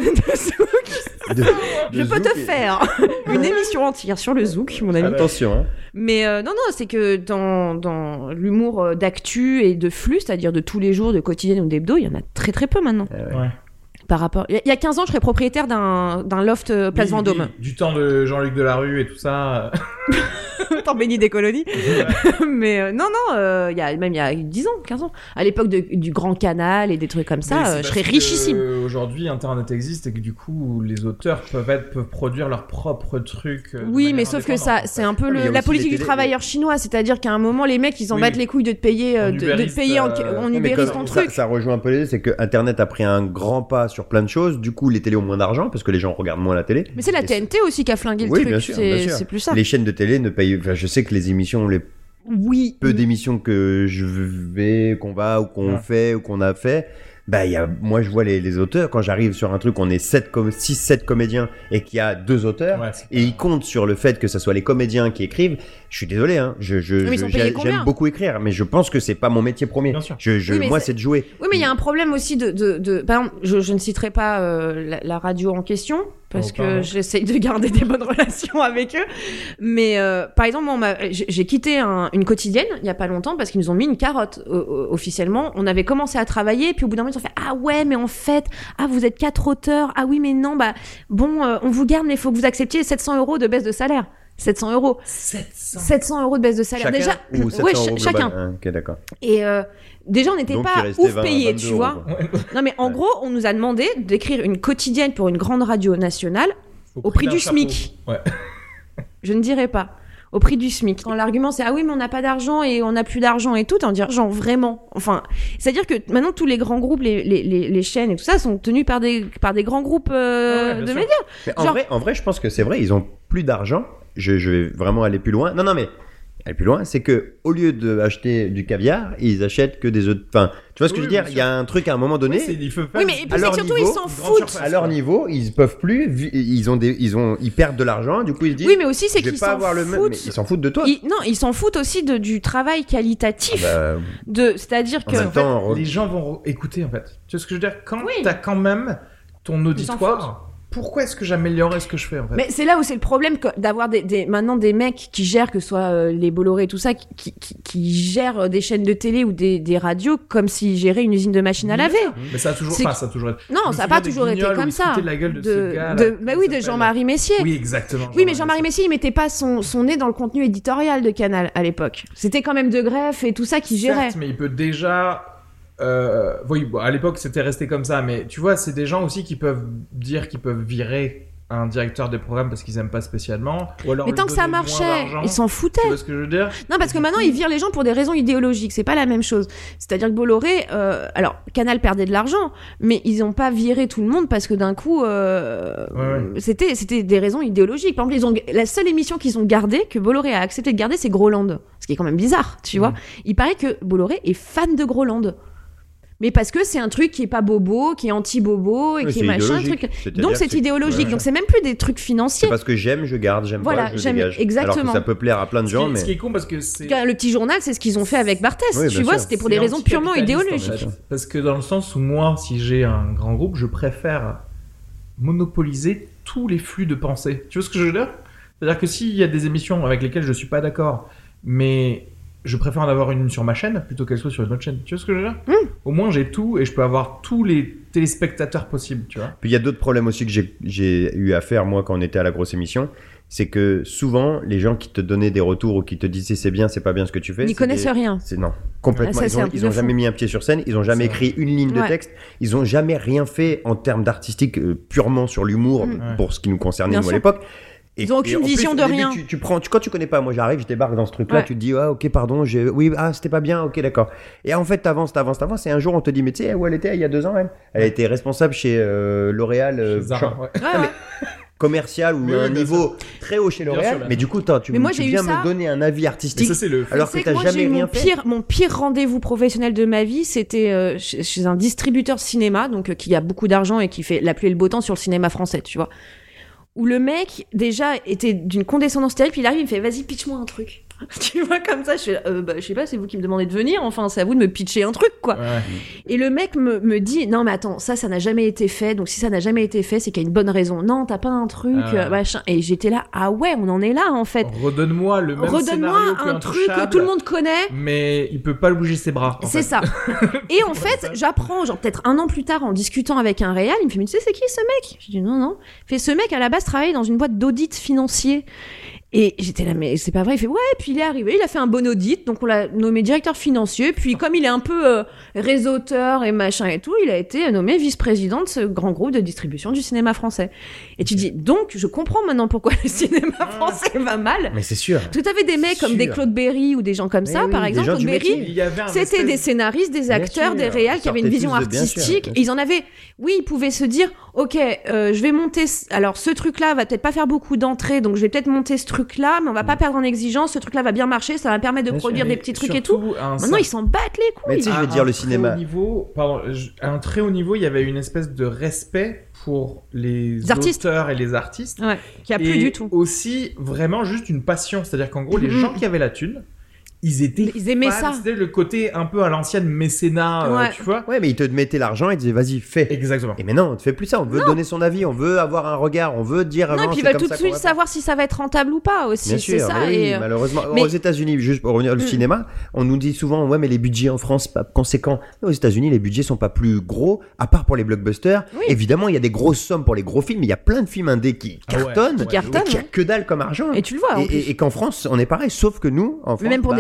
je peux te faire une émission entière sur le zouk, mon ami. Attention, hein. Mais non, c'est que dans l'humour d'actu et de flux, c'est-à-dire de tous les jours, de quotidien ou d'hebdo, il y en a très très peu maintenant. Ouais. Par rapport... Il y a 15 ans, je serais propriétaire d'un loft Place Vendôme. Du temps de Jean-Luc Delarue et tout ça. Temps béni des colonies. Ouais. Mais non, il y a 10 ans, 15 ans. À l'époque du Grand Canal et des trucs comme ça, je serais richissime. Aujourd'hui, Internet existe et que du coup, les auteurs peuvent produire leurs propres trucs. Oui, mais sauf que ça, c'est un peu la politique du travailleur chinois. C'est-à-dire qu'à un moment, les mecs, ils en battent les couilles de te payer, en ubérise ton truc. Ça rejoint un peu l'idée, c'est que Internet a pris un grand pas sur plein de choses. Du coup, les télés ont moins d'argent parce que les gens regardent moins la télé. Mais c'est la TNT aussi qui a flingué le truc. Bien sûr. C'est plus ça. Les chaînes de télé ne payent. Enfin, je sais que les émissions, peu d'émissions que qu'on fait ou qu'on a fait. Bah, moi, je vois les auteurs. Quand j'arrive sur un truc, on est 6-7 comédiens et qu'il y a 2 auteurs, et ils comptent sur le fait que ce soit les comédiens qui écrivent. Je suis désolé, hein. J'aime beaucoup écrire, mais je pense que c'est pas mon métier premier. Bien sûr. Moi, c'est de jouer. Oui, mais il y a un problème aussi par exemple, je ne citerai pas la radio en question parce que j'essaye de garder des bonnes relations avec eux. Mais par exemple, moi, j'ai quitté une quotidienne il y a pas longtemps parce qu'ils nous ont mis une carotte officiellement. On avait commencé à travailler, puis au bout d'un moment, ils ont fait ah ouais, mais en fait, vous êtes 4 auteurs. Ah oui, mais non, on vous garde, mais il faut que vous acceptiez 700 € de baisse de salaire. 700 €. 700 € de baisse de salaire. Chacun, déjà, ou 700 € chacun. Ah, ok, d'accord. Et déjà, on n'était pas ouf payés, tu vois. Non, mais en gros, on nous a demandé d'écrire une quotidienne pour une grande radio nationale au prix du SMIC. Ouais. Je ne dirais pas. Au prix du SMIC. Quand l'argument c'est ah oui mais on n'a pas d'argent et on n'a plus d'argent et tout, on dit genre vraiment. Enfin, c'est-à-dire que maintenant tous les grands groupes, les chaînes et tout ça sont tenus par des grands groupes de médias. Mais en vrai, je pense que c'est vrai, ils ont plus d'argent. Je vais vraiment aller plus loin. Non mais aller plus loin, c'est que au lieu d'acheter du caviar, ils achètent que des œufs. Enfin, tu vois ce que je veux dire ? Il y a un truc à un moment donné. Oui, mais puis c'est surtout ils s'en foutent. À leur niveau, ils peuvent plus. Ils perdent de l'argent. Du coup, ils se disent. Oui, mais aussi c'est qu'ils s'en foutent. Ils s'en foutent de toi. Non, ils s'en foutent aussi du travail qualitatif. C'est-à-dire que en fait, les gens vont écouter en fait. Tu vois ce que je veux dire ? Quand t'as quand même ton auditoire. Pourquoi est-ce que j'améliorerais ce que je fais en fait ? Mais c'est là où c'est le problème d'avoir maintenant des mecs qui gèrent, que ce soit les Bolloré et tout ça, qui gèrent des chaînes de télé ou des radios comme s'ils géraient une usine de machines à laver. Mais ça a toujours été. Non, ça n'a pas toujours été comme ça. La gueule de Jean-Marie Messier. Oui, exactement. Oui, mais Jean-Marie Messier, il mettait pas son nez dans le contenu éditorial de Canal à l'époque. C'était quand même De Greff et tout ça qui gérait. Certes, mais il peut déjà. Oui, bon, à l'époque c'était resté comme ça, mais tu vois, c'est des gens aussi qui peuvent dire qu'ils peuvent virer un directeur de programme parce qu'ils aiment pas spécialement. Ou alors mais tant que ça marchait, ils s'en foutaient. Tu vois ce que je veux dire ? Non, parce que maintenant ils virent les gens pour des raisons idéologiques, c'est pas la même chose. C'est-à-dire que Bolloré, alors Canal perdait de l'argent, mais ils ont pas viré tout le monde parce que d'un coup, c'était des raisons idéologiques. Par exemple, la seule émission qu'ils ont gardée, que Bolloré a accepté de garder, c'est Groland. Ce qui est quand même bizarre, tu vois. Il paraît que Bolloré est fan de Groland. Mais parce que c'est un truc qui est pas bobo, qui est anti-bobo et qui est machin, truc. Donc c'est idéologique. Donc c'est même plus des trucs financiers. C'est parce que j'aime, je garde, j'aime pas, je dégage. Exactement. Alors que ça peut plaire à plein de gens, mais ce qui est con parce que c'est le petit journal, c'est ce qu'ils ont fait avec Barthès. Tu vois, c'était pour des raisons purement idéologiques. En fait. Parce que dans le sens où moi, si j'ai un grand groupe, je préfère monopoliser tous les flux de pensée. Tu vois ce que je veux dire ? C'est-à-dire que s'il y a des émissions avec lesquelles je suis pas d'accord, mais je préfère en avoir une sur ma chaîne plutôt qu'elle soit sur une autre chaîne. Tu vois ce que je veux dire ? Au moins, j'ai tout et je peux avoir tous les téléspectateurs possibles, tu vois. Puis il y a d'autres problèmes aussi que j'ai eu à faire, moi, quand on était à la grosse émission. C'est que souvent, les gens qui te donnaient des retours ou qui te disaient c'est bien, c'est pas bien ce que tu fais. Ils connaissent rien. Non, complètement. Ils ont jamais mis un pied sur scène, ils ont jamais écrit une ligne de texte, ils ont jamais rien fait en termes d'artistique purement sur l'humour pour ce qui nous concernait nous à l'époque. Ils n'ont aucune vision de rien. Quand tu connais pas, moi j'arrive, je débarque dans ce truc-là, tu te dis, ah ok, pardon, c'était pas bien, ok, d'accord. Et en fait, t'avances, et un jour on te dit, mais tu sais où elle était il y a 2 ans, elle était responsable chez L'Oréal, commercial ou un niveau très haut chez L'Oréal, mais du coup, tu viens me donner un avis artistique alors que t'as jamais rien fait. Mon pire rendez-vous professionnel de ma vie, c'était chez un distributeur cinéma, donc qui a beaucoup d'argent et qui fait la pluie et le beau temps sur le cinéma français, tu vois. Où le mec, déjà, était d'une condescendance terrible, puis il arrive, il me fait « Vas-y, pitch-moi un truc. » Tu vois, comme ça, je fais je sais pas, c'est vous qui me demandez de venir, enfin, c'est à vous de me pitcher un truc, quoi. Ouais. Et le mec me dit « Non, mais attends, ça n'a jamais été fait, donc si ça n'a jamais été fait, c'est qu'il y a une bonne raison. Non, t'as pas un truc, machin. » Et j'étais là « Ah ouais, on en est là, en fait. » Redonne-moi le même scénario un truc que tout le monde connaît. Mais il peut pas bouger ses bras. C'est ça. Et en fait, j'apprends, genre peut-être 1 an plus tard, en discutant avec un réal, il me fait « Mais tu sais, c'est qui ce mec ?» Je dis « Non. » Il fait « Ce mec, à la base, travaillait dans une boîte d'audit financier. » Et j'étais là, mais c'est pas vrai. Il fait, ouais, puis il est arrivé, il a fait un bon audit, donc on l'a nommé directeur financier, puis comme il est un peu réseauteur et machin et tout, il a été nommé vice-président de ce grand groupe de distribution du cinéma français. Et tu dis, donc, je comprends maintenant pourquoi le cinéma français va mal. Mais c'est sûr. Parce que t'avais des mecs comme des Claude Berry ou des gens comme ça, par exemple. Claude Berry, c'était des scénaristes, des acteurs, des réals qui avaient une vision artistique. Et ils en avaient, oui, ils pouvaient se dire, ok, je vais monter, alors ce truc-là va peut-être pas faire beaucoup d'entrées, donc je vais peut-être monter ce truc-là, mais on va pas perdre en exigence, ce truc-là va bien marcher, ça va me permettre de produire des petits trucs et tout. Maintenant, ils s'en battent les couilles. Mais tu sais, je veux dire, le cinéma. À un très haut niveau, il y avait une espèce de respect pour les auteurs et les artistes. Ouais, qui a plus du tout. Aussi, vraiment, juste une passion. C'est-à-dire qu'en gros, les gens qui avaient la thune, ils aimaient ça. C'était le côté un peu à l'ancienne mécénat, tu vois. Ouais, mais ils te mettaient l'argent et ils disaient vas-y, fais. Exactement. Et maintenant, on ne fait plus ça. On veut donner son avis, on veut avoir un regard, on veut dire. Non, et puis ils veulent tout de suite savoir si ça va être rentable ou pas aussi. Bien sûr, ça. Oui, malheureusement. Aux États-Unis, juste pour revenir au cinéma, on nous dit souvent ouais, mais les budgets en France pas conséquents. Mais aux États-Unis, les budgets sont pas plus gros, à part pour les blockbusters. Oui. Évidemment, il y a des grosses sommes pour les gros films, mais il y a plein de films indés qui cartonnent, qui a que dalle comme argent. Et tu le vois. Et qu'en France, on est pareil, sauf que nous, en France, même pour des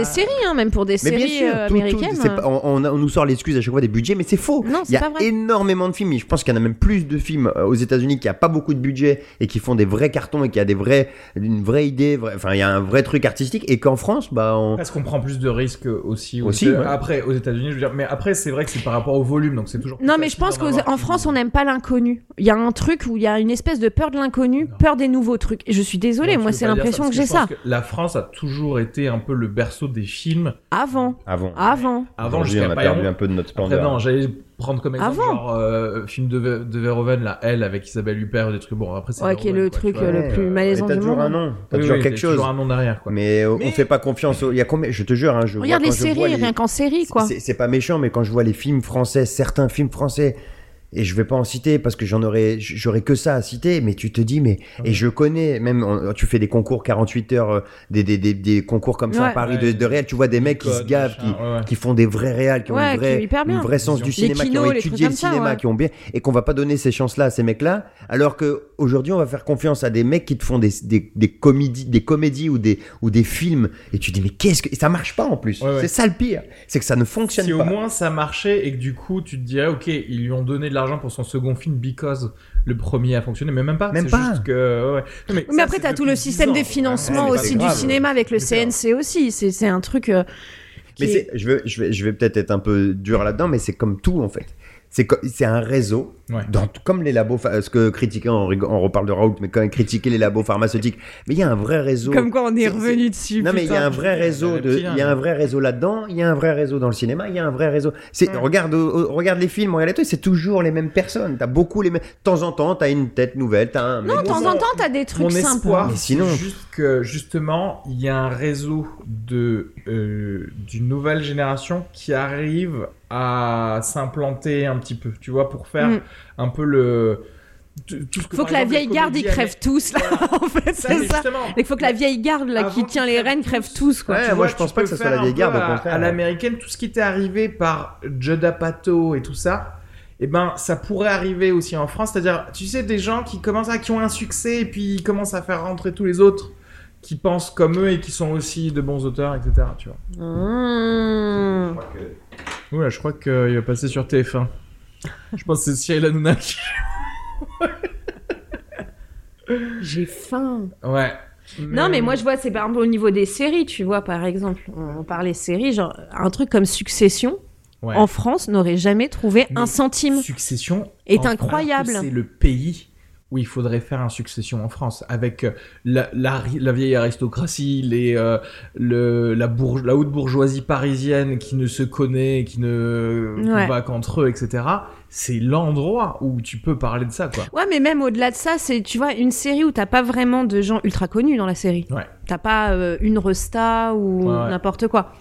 séries, hein, même pour des séries américaines. On nous sort l'excuse à chaque fois des budgets, mais c'est faux. Non, il y a énormément de films. Je pense qu'il y en a même plus de films aux États-Unis qui a pas beaucoup de budget et qui font des vrais cartons et qui a une vraie idée. Enfin, il y a un vrai truc artistique et qu'en France, parce qu'on prend plus de risques aussi. Ouais. Après, aux États-Unis, je veux dire. Mais après, c'est vrai que c'est par rapport au volume, donc c'est toujours. Non, mais je pense qu'en France, on n'aime pas l'inconnu. Il y a un truc où il y a une espèce de peur de l'inconnu, peur des nouveaux trucs. Et je suis désolée, moi, c'est l'impression que j'ai ça. La France a toujours été un peu le berceau des films. Avant, aujourd'hui, on a perdu un peu de notre splendeur. Après, non, j'allais prendre comme exemple film de Verhoeven, là, Elle, avec Isabelle Huppert, des trucs. Bon, après, c'est qui est le truc le plus malaisant du monde. T'as toujours un nom, t'as toujours quelque chose. Toujours un nom derrière, quoi. Mais on fait pas confiance. Il y a combien, je te jure, hein, regarde les séries, rien qu'en série, quoi. C'est pas méchant, mais quand je vois les films français, certains films français, et je vais pas en citer parce que j'aurais que ça à citer, mais tu te dis, et je connais, même, tu fais des concours 48 heures, des concours comme ça à Paris de réel, tu vois des mecs qui se gavent, qui font des vrais réals, qui ont une vraie sens du cinéma, qui ont étudié le cinéma, qui ont bien, et qu'on va pas donner ces chances-là à ces mecs-là, alors que aujourd'hui on va faire confiance à des mecs qui te font des comédies ou des films, et tu te dis, mais et ça marche pas en plus. C'est ça le pire, c'est que ça ne fonctionne pas. Si au moins ça marchait et que du coup tu te dirais, ok, ils lui ont donné de l'argent pour son second film because le premier a fonctionné, mais même pas. Juste que mais après t'as tout le système des financements aussi du cinéma avec le CNC aussi. C'est un truc. Mais je vais peut-être être un peu dur là-dedans, mais c'est comme tout en fait. C'est un réseau, comme les labos, ce que critiquer, on reparle de Raoult, mais quand même critiquer les labos pharmaceutiques, mais il y a un vrai réseau. Comme quoi on est revenu dessus. Non, mais il y a un vrai réseau il y a un vrai réseau là-dedans, il y a un vrai réseau dans le cinéma, il y a un vrai réseau. Regarde les films, regarde les trucs, c'est toujours les mêmes personnes. T'as beaucoup les mêmes. De temps en temps, t'as une tête nouvelle, t'as un. Non, de temps en temps, t'as des trucs sympas. Espoir, mais sinon, c'est juste que justement, il y a un réseau d'une nouvelle génération qui arrive à s'implanter un petit peu, tu vois, pour faire un peu tout ce que, faut que la vieille garde ils crèvent tous là. En fait c'est ça. Il faut que la vieille garde là qui tient les rênes crève tous quoi. Moi je pense pas que ça soit la vieille garde, au contraire. À l'américaine, tout ce qui était arrivé par Judd Apatow et tout ça, ça pourrait arriver aussi en France, c'est-à-dire tu sais des gens qui ont un succès et puis ils commencent à faire rentrer tous les autres qui pensent comme eux et qui sont aussi de bons auteurs, etc. Tu vois. Je crois qu'il va passer sur TF1. Je pense que c'est Cyril Hanouna qui... J'ai faim. Ouais. Non, mais moi, je vois, c'est par exemple au niveau des séries, tu vois, par exemple. On parlait séries, genre, un truc comme Succession, en France, n'aurait jamais trouvé un centime. Succession est incroyable. C'est le pays où il faudrait faire un Succession en France, avec la vieille aristocratie, la haute bourgeoisie parisienne qui ne se connaît, qui ne va qu'entre eux, etc. C'est l'endroit où tu peux parler de ça, quoi. Ouais, mais même au-delà de ça, c'est, tu vois, une série où t'as pas vraiment de gens ultra connus dans la série. Ouais. T'as pas une resta ou n'importe quoi.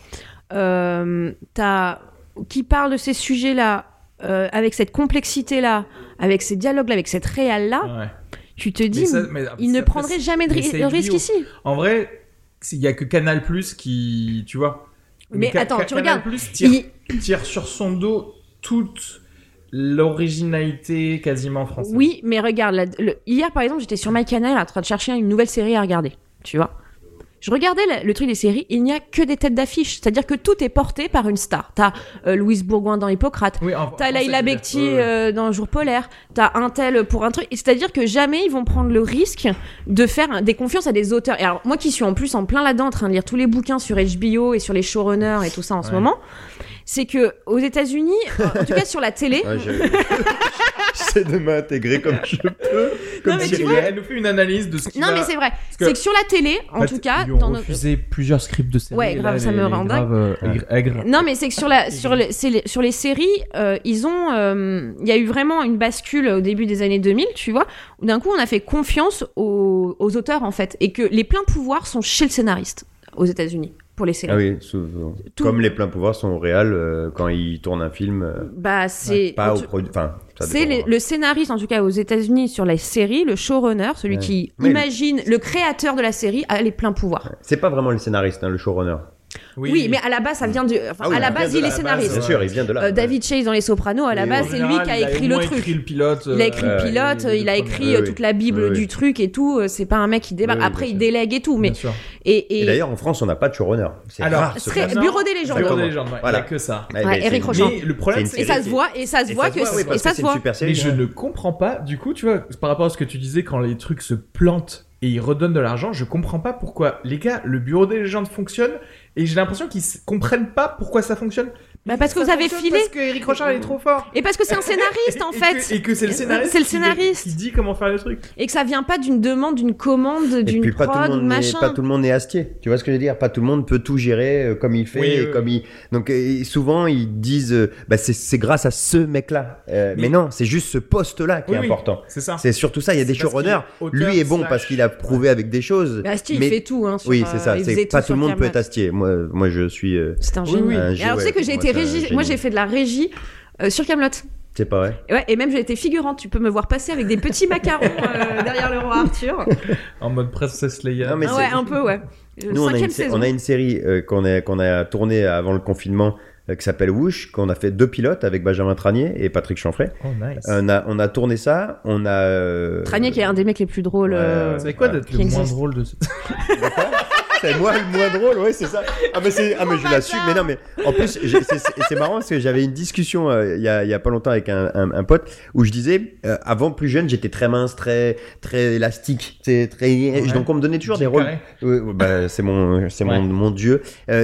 Qui parle de ces sujets-là, avec cette complexité-là, avec ces dialogues-là, avec cette réal-là, tu te dis, il ne prendrait jamais de risque ici. En vrai, il y a que Canal+ qui, tu vois. Mais attends, tu regardes. Tire sur son dos toute l'originalité quasiment française. Oui, mais regarde, hier par exemple, j'étais sur MyCanal en train de chercher une nouvelle série à regarder, tu vois. Je regardais le truc des séries, il n'y a que des têtes d'affiche. C'est-à-dire que tout est porté par une star. T'as Louise Bourgoin dans Hippocrate, t'as Laïla Bekti dans Jour polaire, t'as un tel pour un truc. C'est-à-dire que jamais ils vont prendre le risque de faire des confiances à des auteurs. Et alors, moi qui suis en plus en plein là-dedans, en train de lire tous les bouquins sur HBO et sur les showrunners et tout ça en ce moment, c'est que aux États-Unis, en tout cas sur la télé... J'essaie de m'intégrer comme je peux. Comme elle nous fait une analyse de ce qui Non, mais c'est vrai. C'est que sur la télé, en tout cas... Ils ont refusé plusieurs scripts de séries. Ouais, grave, ça me rend dingue. Non, mais c'est que sur les séries, ils ont... Il y a eu vraiment une bascule au début des années 2000, tu vois, où d'un coup, on a fait confiance aux auteurs, en fait, et que les pleins pouvoirs sont chez le scénariste aux États-Unis. Pour les séries. Ah oui, souvent. Comme les pleins pouvoirs sont au réal quand ils tournent un film. C'est pas au produit. Enfin, c'est le scénariste, en tout cas aux États-Unis, sur la série, le showrunner, celui qui imagine, le créateur de la série, a les pleins pouvoirs. C'est pas vraiment le scénariste, le showrunner. Oui, mais à la base, ça vient du. Enfin, à la base, il est scénariste. Bien sûr, il vient de là. David Chase dans Les Sopranos, à la base, c'est lui qui a écrit le truc. Il a écrit le pilote, il a écrit toute la bible du truc et tout. C'est pas un mec qui débarque. Après, il délègue et tout, mais. Et d'ailleurs, en France, on n'a pas de showrunner. C'est rare. Bureau des légendes. Il n'y a que ça. Eric Rochant. Le problème, et ça se voit, Mais je ne comprends pas. Du coup, tu vois, par rapport à ce que tu disais, quand les trucs se plantent et ils redonnent de l'argent, je comprends pas pourquoi les gars, le Bureau des légendes fonctionne et j'ai l'impression qu'ils comprennent pas pourquoi ça fonctionne. Parce que vous avez filé. Parce que Eric Rochard est trop fort. Et parce que c'est un scénariste en fait. Et que c'est le scénariste. Qui dit comment faire le truc. Et que ça vient pas d'une demande, d'une commande, d'une prod, machin. Pas tout le monde est Astier. Tu vois ce que je veux dire? Pas tout le monde peut tout gérer comme il fait, Donc souvent ils disent, c'est grâce à ce mec-là. Mais non, c'est juste ce poste-là qui est important. C'est ça. C'est surtout ça. Il y a des showrunners. Lui est bon parce qu'il a prouvé avec des choses. Astier, il fait tout. Oui, c'est ça. Pas tout le monde peut être Astier. Moi, je suis. C'est un génie. Alors tu sais que j'ai été régie. Moi, j'ai fait de la régie sur Kaamelott. C'est pas vrai. Ouais, et même j'ai été figurante. Tu peux me voir passer avec des petits macarons derrière le roi Arthur. En mode Princess Leia. Ouais, un peu, ouais. Nous, on a une série qu'on a tournée avant le confinement qui s'appelle Whoosh, qu'on a fait 2 pilotes avec Benjamin Tranier et Patrick Chanfray. Oh, nice. On a tourné ça. Tranier qui est un des mecs les plus drôles. C'est quoi d'être le moins drôle de cette... C'est moi le moins drôle, ouais, c'est ça. Mais je l'assume. Mais non, mais en plus, c'est marrant parce que j'avais une discussion il y a pas longtemps avec un pote où je disais, avant plus jeune, j'étais très mince, très élastique, donc on me donnait toujours des rôles. C'est mon dieu.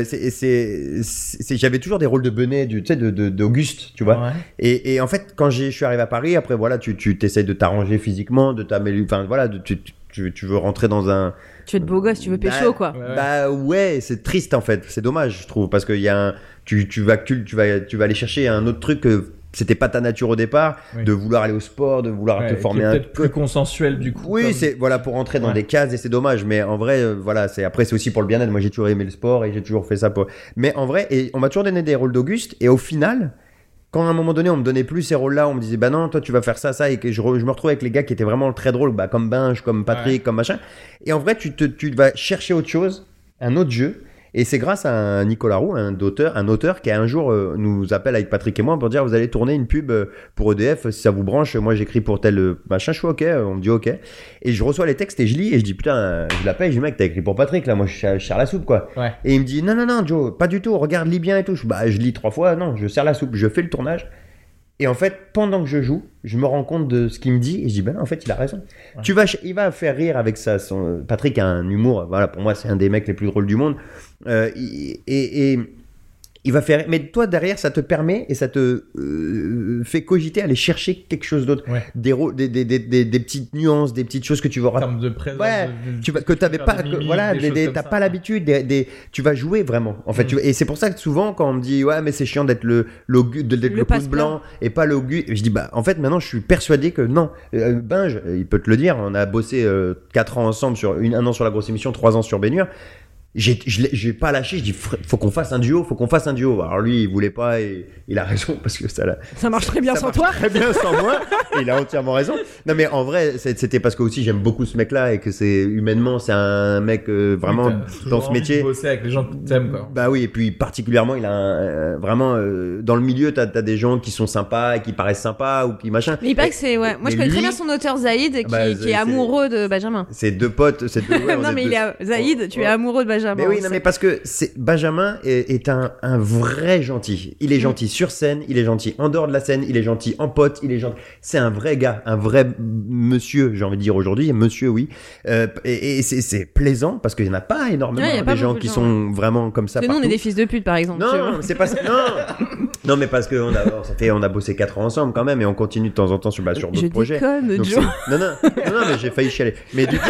J'avais toujours des rôles de Benet, d'Auguste, tu vois. Ouais. Et en fait, quand je suis arrivé à Paris, après voilà, tu t'essayes de t'arranger physiquement, de t'améliorer, enfin voilà, tu veux rentrer dans un. Tu veux être beau gosse, tu veux pécho, quoi. Ouais, c'est triste en fait, c'est dommage, je trouve, parce que tu vas aller chercher un autre truc que c'était pas ta nature au départ, de vouloir aller au sport, de vouloir te former peut-être plus consensuel du coup. Oui, c'est pour rentrer dans des cases et c'est dommage, mais en vrai, c'est aussi pour le bien-être. Moi, j'ai toujours aimé le sport et j'ai toujours fait ça Mais en vrai, et on m'a toujours donné des rôles d'Auguste et au final. Quand à un moment donné on me donnait plus ces rôles-là, on me disait non, toi tu vas faire ça et que je me retrouvais avec les gars qui étaient vraiment très drôles, comme Binge, comme Patrick, comme machin. Et en vrai, tu vas chercher autre chose, un autre jeu. Et c'est grâce à Nicolas Roux, un auteur qui un jour nous appelle avec Patrick et moi pour dire vous allez tourner une pub pour EDF, si ça vous branche, moi j'écris pour tel machin, je suis ok, on me dit ok. Et je reçois les textes et je lis et je dis putain, je l'appelle, je dis mec t'as écrit pour Patrick là, moi je sers la soupe quoi. Ouais. Et il me dit non Joe, pas du tout, regarde, lis bien et tout. Je lis 3 fois, non, je sers la soupe, je fais le tournage. Et en fait, pendant que je joue, je me rends compte de ce qu'il me dit et je dis en fait il a raison. Ouais. Il va faire rire avec ça. Patrick a un humour, voilà, pour moi c'est un des mecs les plus drôles du monde. Et il va faire. Mais toi derrière, ça te permet et ça te fait cogiter, aller chercher quelque chose d'autre, des petites nuances, des petites choses que tu vas. En termes de présence, que t'avais pas, t'as pas l'habitude. Tu vas jouer vraiment. En fait, et c'est pour ça que souvent quand on me dit mais c'est chiant d'être le pouce blanc et pas le je dis en fait maintenant je suis persuadé que non. Binge, il peut te le dire. On a bossé 4 ans ensemble sur 1 an sur la grosse émission, 3 ans sur Bénure. J'ai pas lâché, je dis faut qu'on fasse un duo. Alors lui il voulait pas et il a raison parce que ça marche très bien sans toi. Très bien sans moi et il a entièrement raison. Non mais en vrai c'était parce que aussi j'aime beaucoup ce mec là et que humainement c'est un mec vraiment dans ce métier. Bosser avec les gens que t'aimes quoi. Bah oui, et puis particulièrement il a vraiment dans le milieu t'as des gens qui sont sympas et qui paraissent sympas ou qui machin. Mais il paraît que c'est moi je connais très bien son auteur Zaïd qui est amoureux de Benjamin. C'est 2 potes, non mais il est Zaïd, tu es amoureux de Benjamin. Mais oui, non, mais parce que Benjamin est un vrai gentil. Il est gentil sur scène, il est gentil en dehors de la scène, il est gentil en pote, il est gentil. C'est un vrai gars, un vrai monsieur, j'ai envie de dire aujourd'hui, monsieur, oui. Et c'est plaisant parce qu'il n'y en a pas énormément des gens qui sont vraiment comme ça. Parce que nous, on est des fils de pute, par exemple. Non, c'est pas ça. Non, mais parce qu'on a bossé 4 ans ensemble quand même et on continue de temps en temps sur d'autres projets. Je déconne, Joe. Non, mais j'ai failli chialer. Mais du coup.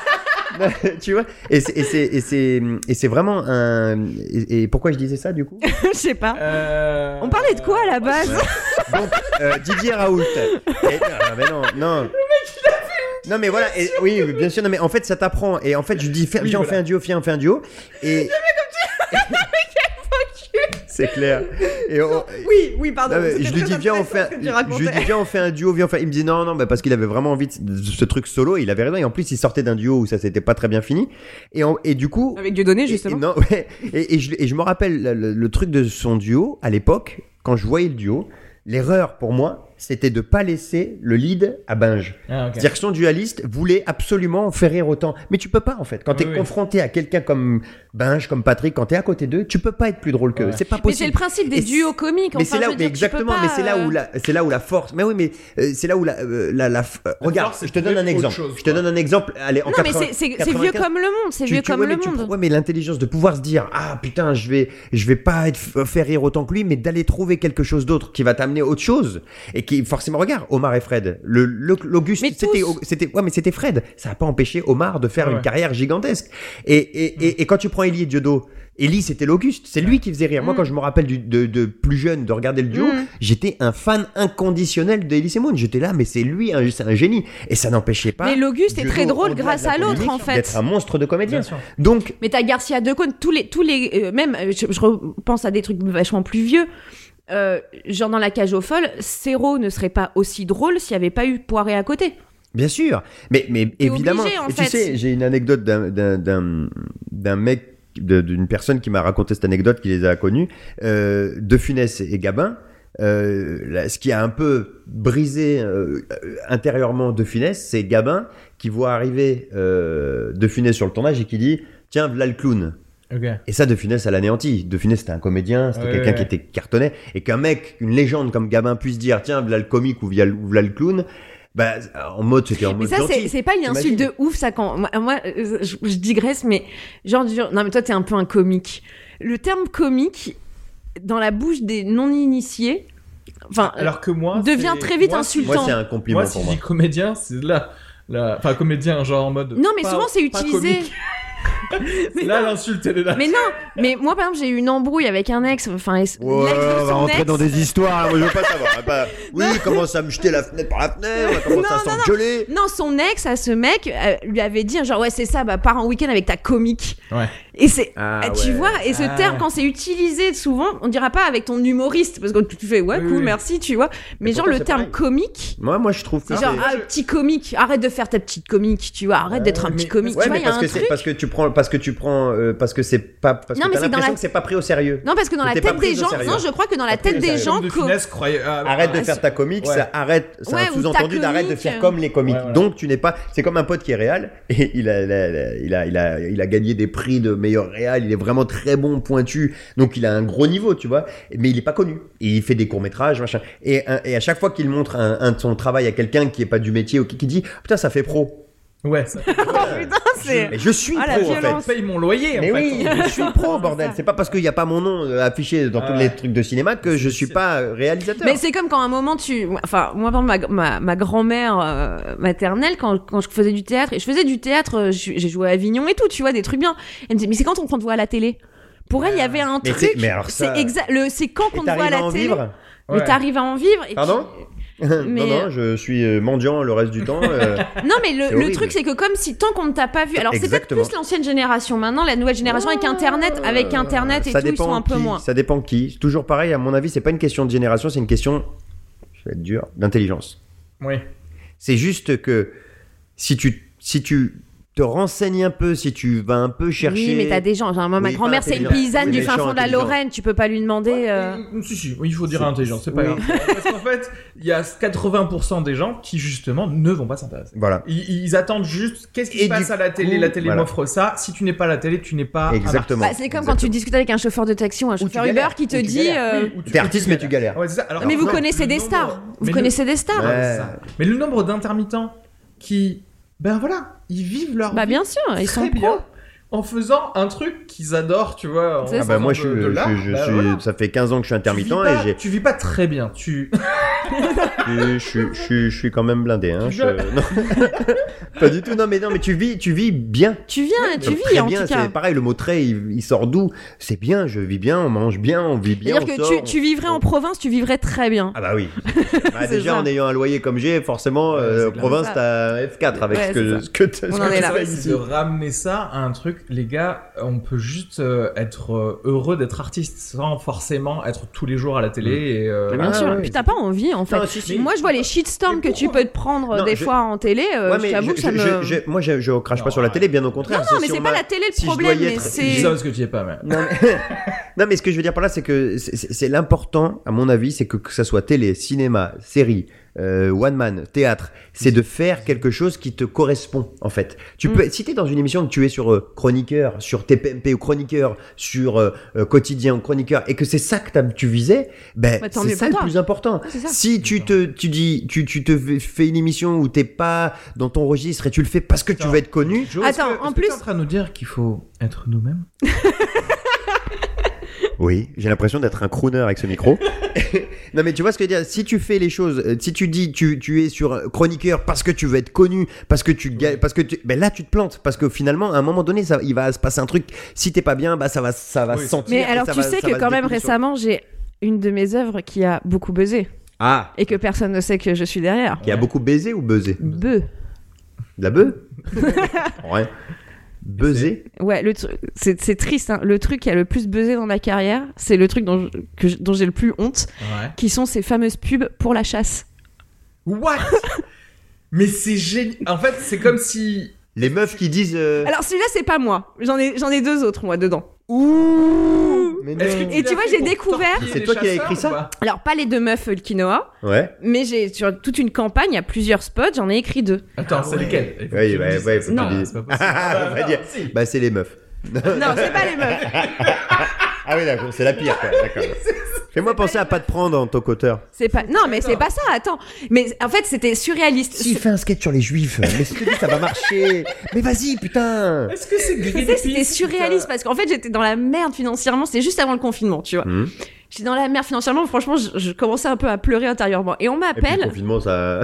Tu vois, et c'est vraiment un. Et pourquoi je disais ça du coup? Je sais pas. On parlait de quoi à la base? Donc Didier Raoult. Mais non. Le mec il a fait. Non mais voilà. Oui, bien sûr. Non mais en fait ça t'apprend. Et en fait je dis viens on fait un duo, Et C'est clair. Oui, pardon. Je lui dis viens on fait un duo, il me dit non parce qu'il avait vraiment envie de ce truc solo, et il avait raison, et en plus il sortait d'un duo où ça s'était pas très bien fini, et du coup avec Dieudonné justement. Et je me rappelle le truc de son duo à l'époque, quand je voyais le duo, l'erreur pour moi c'était de pas laisser le lead à Binge. C'est-à-dire que son dualiste voulait absolument faire rire autant. Mais tu peux pas, en fait. Quand t'es confronté à quelqu'un comme Binge, comme Patrick, quand t'es à côté d'eux, tu peux pas être plus drôle qu'eux. C'est pas possible. Mais c'est le principe des duos comiques. Mais c'est là où, exactement, mais c'est là où la force. Mais oui, mais c'est là où regarde, je te donne un exemple. Allez, en 80, mais c'est vieux comme le monde. C'est vieux comme le monde. Ouais, mais l'intelligence de pouvoir se dire, ah putain, je vais pas faire rire autant que lui, mais d'aller trouver quelque chose d'autre qui va t'amener autre chose. Et qui forcément, regarde Omar et Fred, l'Auguste, c'était Fred, ça a pas empêché Omar de faire une carrière gigantesque, et quand tu prends Élie et Diodo, Élie c'était l'Auguste, c'est lui qui faisait rire. Moi quand je me rappelle de plus jeune de regarder le duo, j'étais un fan inconditionnel d'Elie Semoun, j'étais là mais c'est lui, c'est un génie, et ça n'empêchait pas. Mais l'Auguste est très drôle grâce à l'autre en fait, d'être un monstre de comédien. Donc mais t'as Garcia Decaune, tous les même je repense à des trucs vachement plus vieux. Genre dans La Cage aux Folles, Serrault ne serait pas aussi drôle s'il n'y avait pas eu Poiré à côté. Bien sûr, mais évidemment. Obligé, et tu sais, j'ai une anecdote d'un mec, d'une personne qui m'a raconté cette anecdote, qui les a connus, De Funès et Gabin. Ce qui a un peu brisé intérieurement De Funès, c'est Gabin qui voit arriver De Funès sur le tournage et qui dit « Tiens, v'là le clown ». Okay. Et ça, De Funès, ça l'anéantit. De Funès, c'était un comédien, c'était quelqu'un qui était cartonné, et qu'un mec, une légende comme Gabin puisse dire tiens, voilà le comique ou voilà le clown, bah, c'était en mode mais ça, gentil. c'est pas une insulte de ouf, ça, quand moi je digresse, mais genre non mais toi t'es un peu un comique. Le terme comique dans la bouche des non-initiés, enfin, alors que moi devient très vite insultant. Moi c'est un compliment pour moi. Moi si je dis comédien, c'est là. Enfin, comédien, genre en mode. Non, mais souvent c'est utilisé. Mais là, l'insulte, elle est là. Mais non, mais moi, par exemple, j'ai eu une embrouille avec un ex. Enfin, l'ex de on va rentrer dans des histoires. Moi, je veux pas savoir. Oui, il commence à me jeter la fenêtre par la fenêtre. On a commencé à s'engueuler. Non, son ex, à ce mec, lui avait dit genre, ouais, c'est ça, pars en week-end avec ta comique. Ouais. Et c'est, tu vois, et ce terme, quand c'est utilisé souvent, on dira pas avec ton humoriste, parce que tu fais, ouais, cool, merci, tu vois. Mais genre, le terme comique. Moi, je trouve que c'est genre, petit comique, arrête de faire ta petite comique, tu vois, arrête d'être un petit comique. Ouais, tu vois, mais parce que c'est pas, parce que t'as l'impression que c'est pas pris au sérieux. Non, parce que dans la tête des gens, non, je crois que dans la tête des gens, arrête de faire ta comique, ça arrête, c'est un sous-entendu d'arrête de faire comme les comiques. Donc, tu n'es pas, c'est comme un pote qui est réal, et il a gagné des prix de meilleur réal, il est vraiment très bon, pointu, donc il a un gros niveau, tu vois, mais il est pas connu. Et il fait des courts-métrages, machin. Et à chaque fois qu'il montre un de son travail à quelqu'un qui est pas du métier ou qui dit putain, ça fait pro. Ouais, ça fait oh putain, c'est. Je suis pro, en fait. Je paye mon loyer, mais en fait. Oui, je suis pro, bordel. C'est pas parce qu'il n'y a pas mon nom affiché dans tous les trucs de cinéma que je suis pas réalisateur. Mais c'est comme quand à un moment enfin, moi, par exemple, ma grand-mère maternelle, quand je faisais du théâtre, et je faisais du théâtre, j'ai joué à Avignon et tout, tu vois, des trucs bien. Elle me disait, mais c'est quand on te voit à la télé? Pour elle, il y avait un truc. Mais alors ça... c'est quand qu'on te voit à la télé. Mais t'arrives à en vivre. Et pardon? Non, je suis mendiant le reste du temps. Non, mais le truc, c'est que comme si tant qu'on ne t'a pas vu, alors c'est peut-être plus l'ancienne génération. Maintenant, la nouvelle génération avec Internet et tout, ils sont un peu moins. Ça dépend qui. C'est toujours pareil. À mon avis, c'est pas une question de génération, c'est une question, je vais être dur, d'intelligence. Oui. C'est juste que si tu te renseignes un peu, si tu vas un peu chercher. Oui, mais t'as des gens. Genre, ma grand-mère, c'est une paysanne du fin fond de la Lorraine. Tu peux pas lui demander. Si, il faut dire intelligent, c'est pas grave. Parce qu'en fait, il y a 80% des gens qui, justement, ne vont pas s'intéresser. Voilà. Ils attendent juste qu'est-ce qui se passe à la télé. La télé m'offre ça. Si tu n'es pas à la télé, tu n'es pas. Exactement. C'est comme quand tu discutes avec un chauffeur de taxi ou un chauffeur Uber qui te dit. T'es artiste, mais tu galères. Mais vous connaissez des stars. Vous connaissez des stars. Mais le nombre d'intermittents qui. Ben voilà, ils vivent leur vie. Bah bien sûr, ils sont pros. En faisant un truc qu'ils adorent, tu vois. Moi, ça fait 15 ans que je suis intermittent Tu vis pas très bien, je suis quand même blindé, hein. Non. Pas du tout, non, mais tu vis bien. Tu vis très en bien, tout cas. C'est pareil, le mot très, il sort d'où? C'est bien, je vis bien, on mange bien, on vit bien. C'est-à-dire que tu vivrais en province, tu vivrais très bien. Ah bah oui. Déjà, en ayant un loyer comme j'ai, forcément, province, t'as F4 avec ce que tu on en est là. C'est de ramener ça à un truc les gars, on peut juste être heureux d'être artiste sans forcément être tous les jours à la télé. Et, bien sûr. Puis t'as pas envie en fait. Non, si. Moi je vois les shitstorms que tu peux te prendre des fois en télé. J'avoue que ça me. Moi je crache pas sur la télé, bien au contraire. Non, mais c'est pas la télé le problème. C'est ça parce que tu y es pas mal. Non, mais ce que je veux dire par là, c'est que c'est l'important, à mon avis, c'est que ça soit télé, cinéma, série. One man, théâtre, c'est de faire quelque chose qui te correspond en fait. Tu peux, si t'es dans une émission que tu es sur chroniqueur, sur TPMP ou chroniqueur, sur quotidien ou chroniqueur, et que c'est ça que tu visais, c'est ça le plus important. Si tu te fais une émission où t'es pas dans ton registre et tu le fais parce que tu veux être connu. Attends, en plus, t'es en train de nous dire qu'il faut être nous-mêmes. Oui, j'ai l'impression d'être un crooner avec ce micro. Non mais tu vois ce que je veux dire, si tu fais les choses, si tu dis tu es sur chroniqueur parce que tu veux être connu, parce que là tu te plantes, parce que finalement à un moment donné il va se passer un truc, si t'es pas bien, ça va se sentir. Mais alors tu sais que quand même récemment j'ai une de mes œuvres qui a beaucoup buzzé. Ah. Et que personne ne sait que je suis derrière. Qui a beaucoup baisé ou buzzé? De la beuh. Ouais. Buzzer. Ouais, c'est triste. Hein. Le truc qui a le plus buzzé dans ma carrière, c'est le truc dont j'ai le plus honte, qui sont ces fameuses pubs pour la chasse. What? Mais c'est génial. En fait, c'est comme si les meufs qui disent. Alors celui-là, c'est pas moi. J'en ai deux autres moi dedans. Ouh. Et tu vois, j'ai découvert. C'est toi qui as écrit ça? Alors pas les deux meufs le quinoa. Ouais. Mais j'ai sur toute une campagne, il y a plusieurs spots, j'en ai écrit 2. Attends, c'est lesquels? Ouais, faut non, c'est pas possible. Bah c'est les meufs. Non, c'est pas les meufs. Ah oui, d'accord, c'est la pire, quoi. D'accord. Fais-moi penser à pas te prendre en tant qu'auteur. C'est pas. Non, mais c'est pas ça. Attends. Mais en fait, c'était surréaliste. S'il fait un sketch sur les juifs, mais je te dis, ça va marcher. Mais vas-y, putain. Est-ce que c'est Greenpeace? C'était surréaliste parce qu'en fait, j'étais dans la merde financièrement. C'était juste avant le confinement, tu vois. J'étais dans la merde financièrement. Franchement, je commençais un peu à pleurer intérieurement. Et on m'appelle. Et puis, le confinement, ça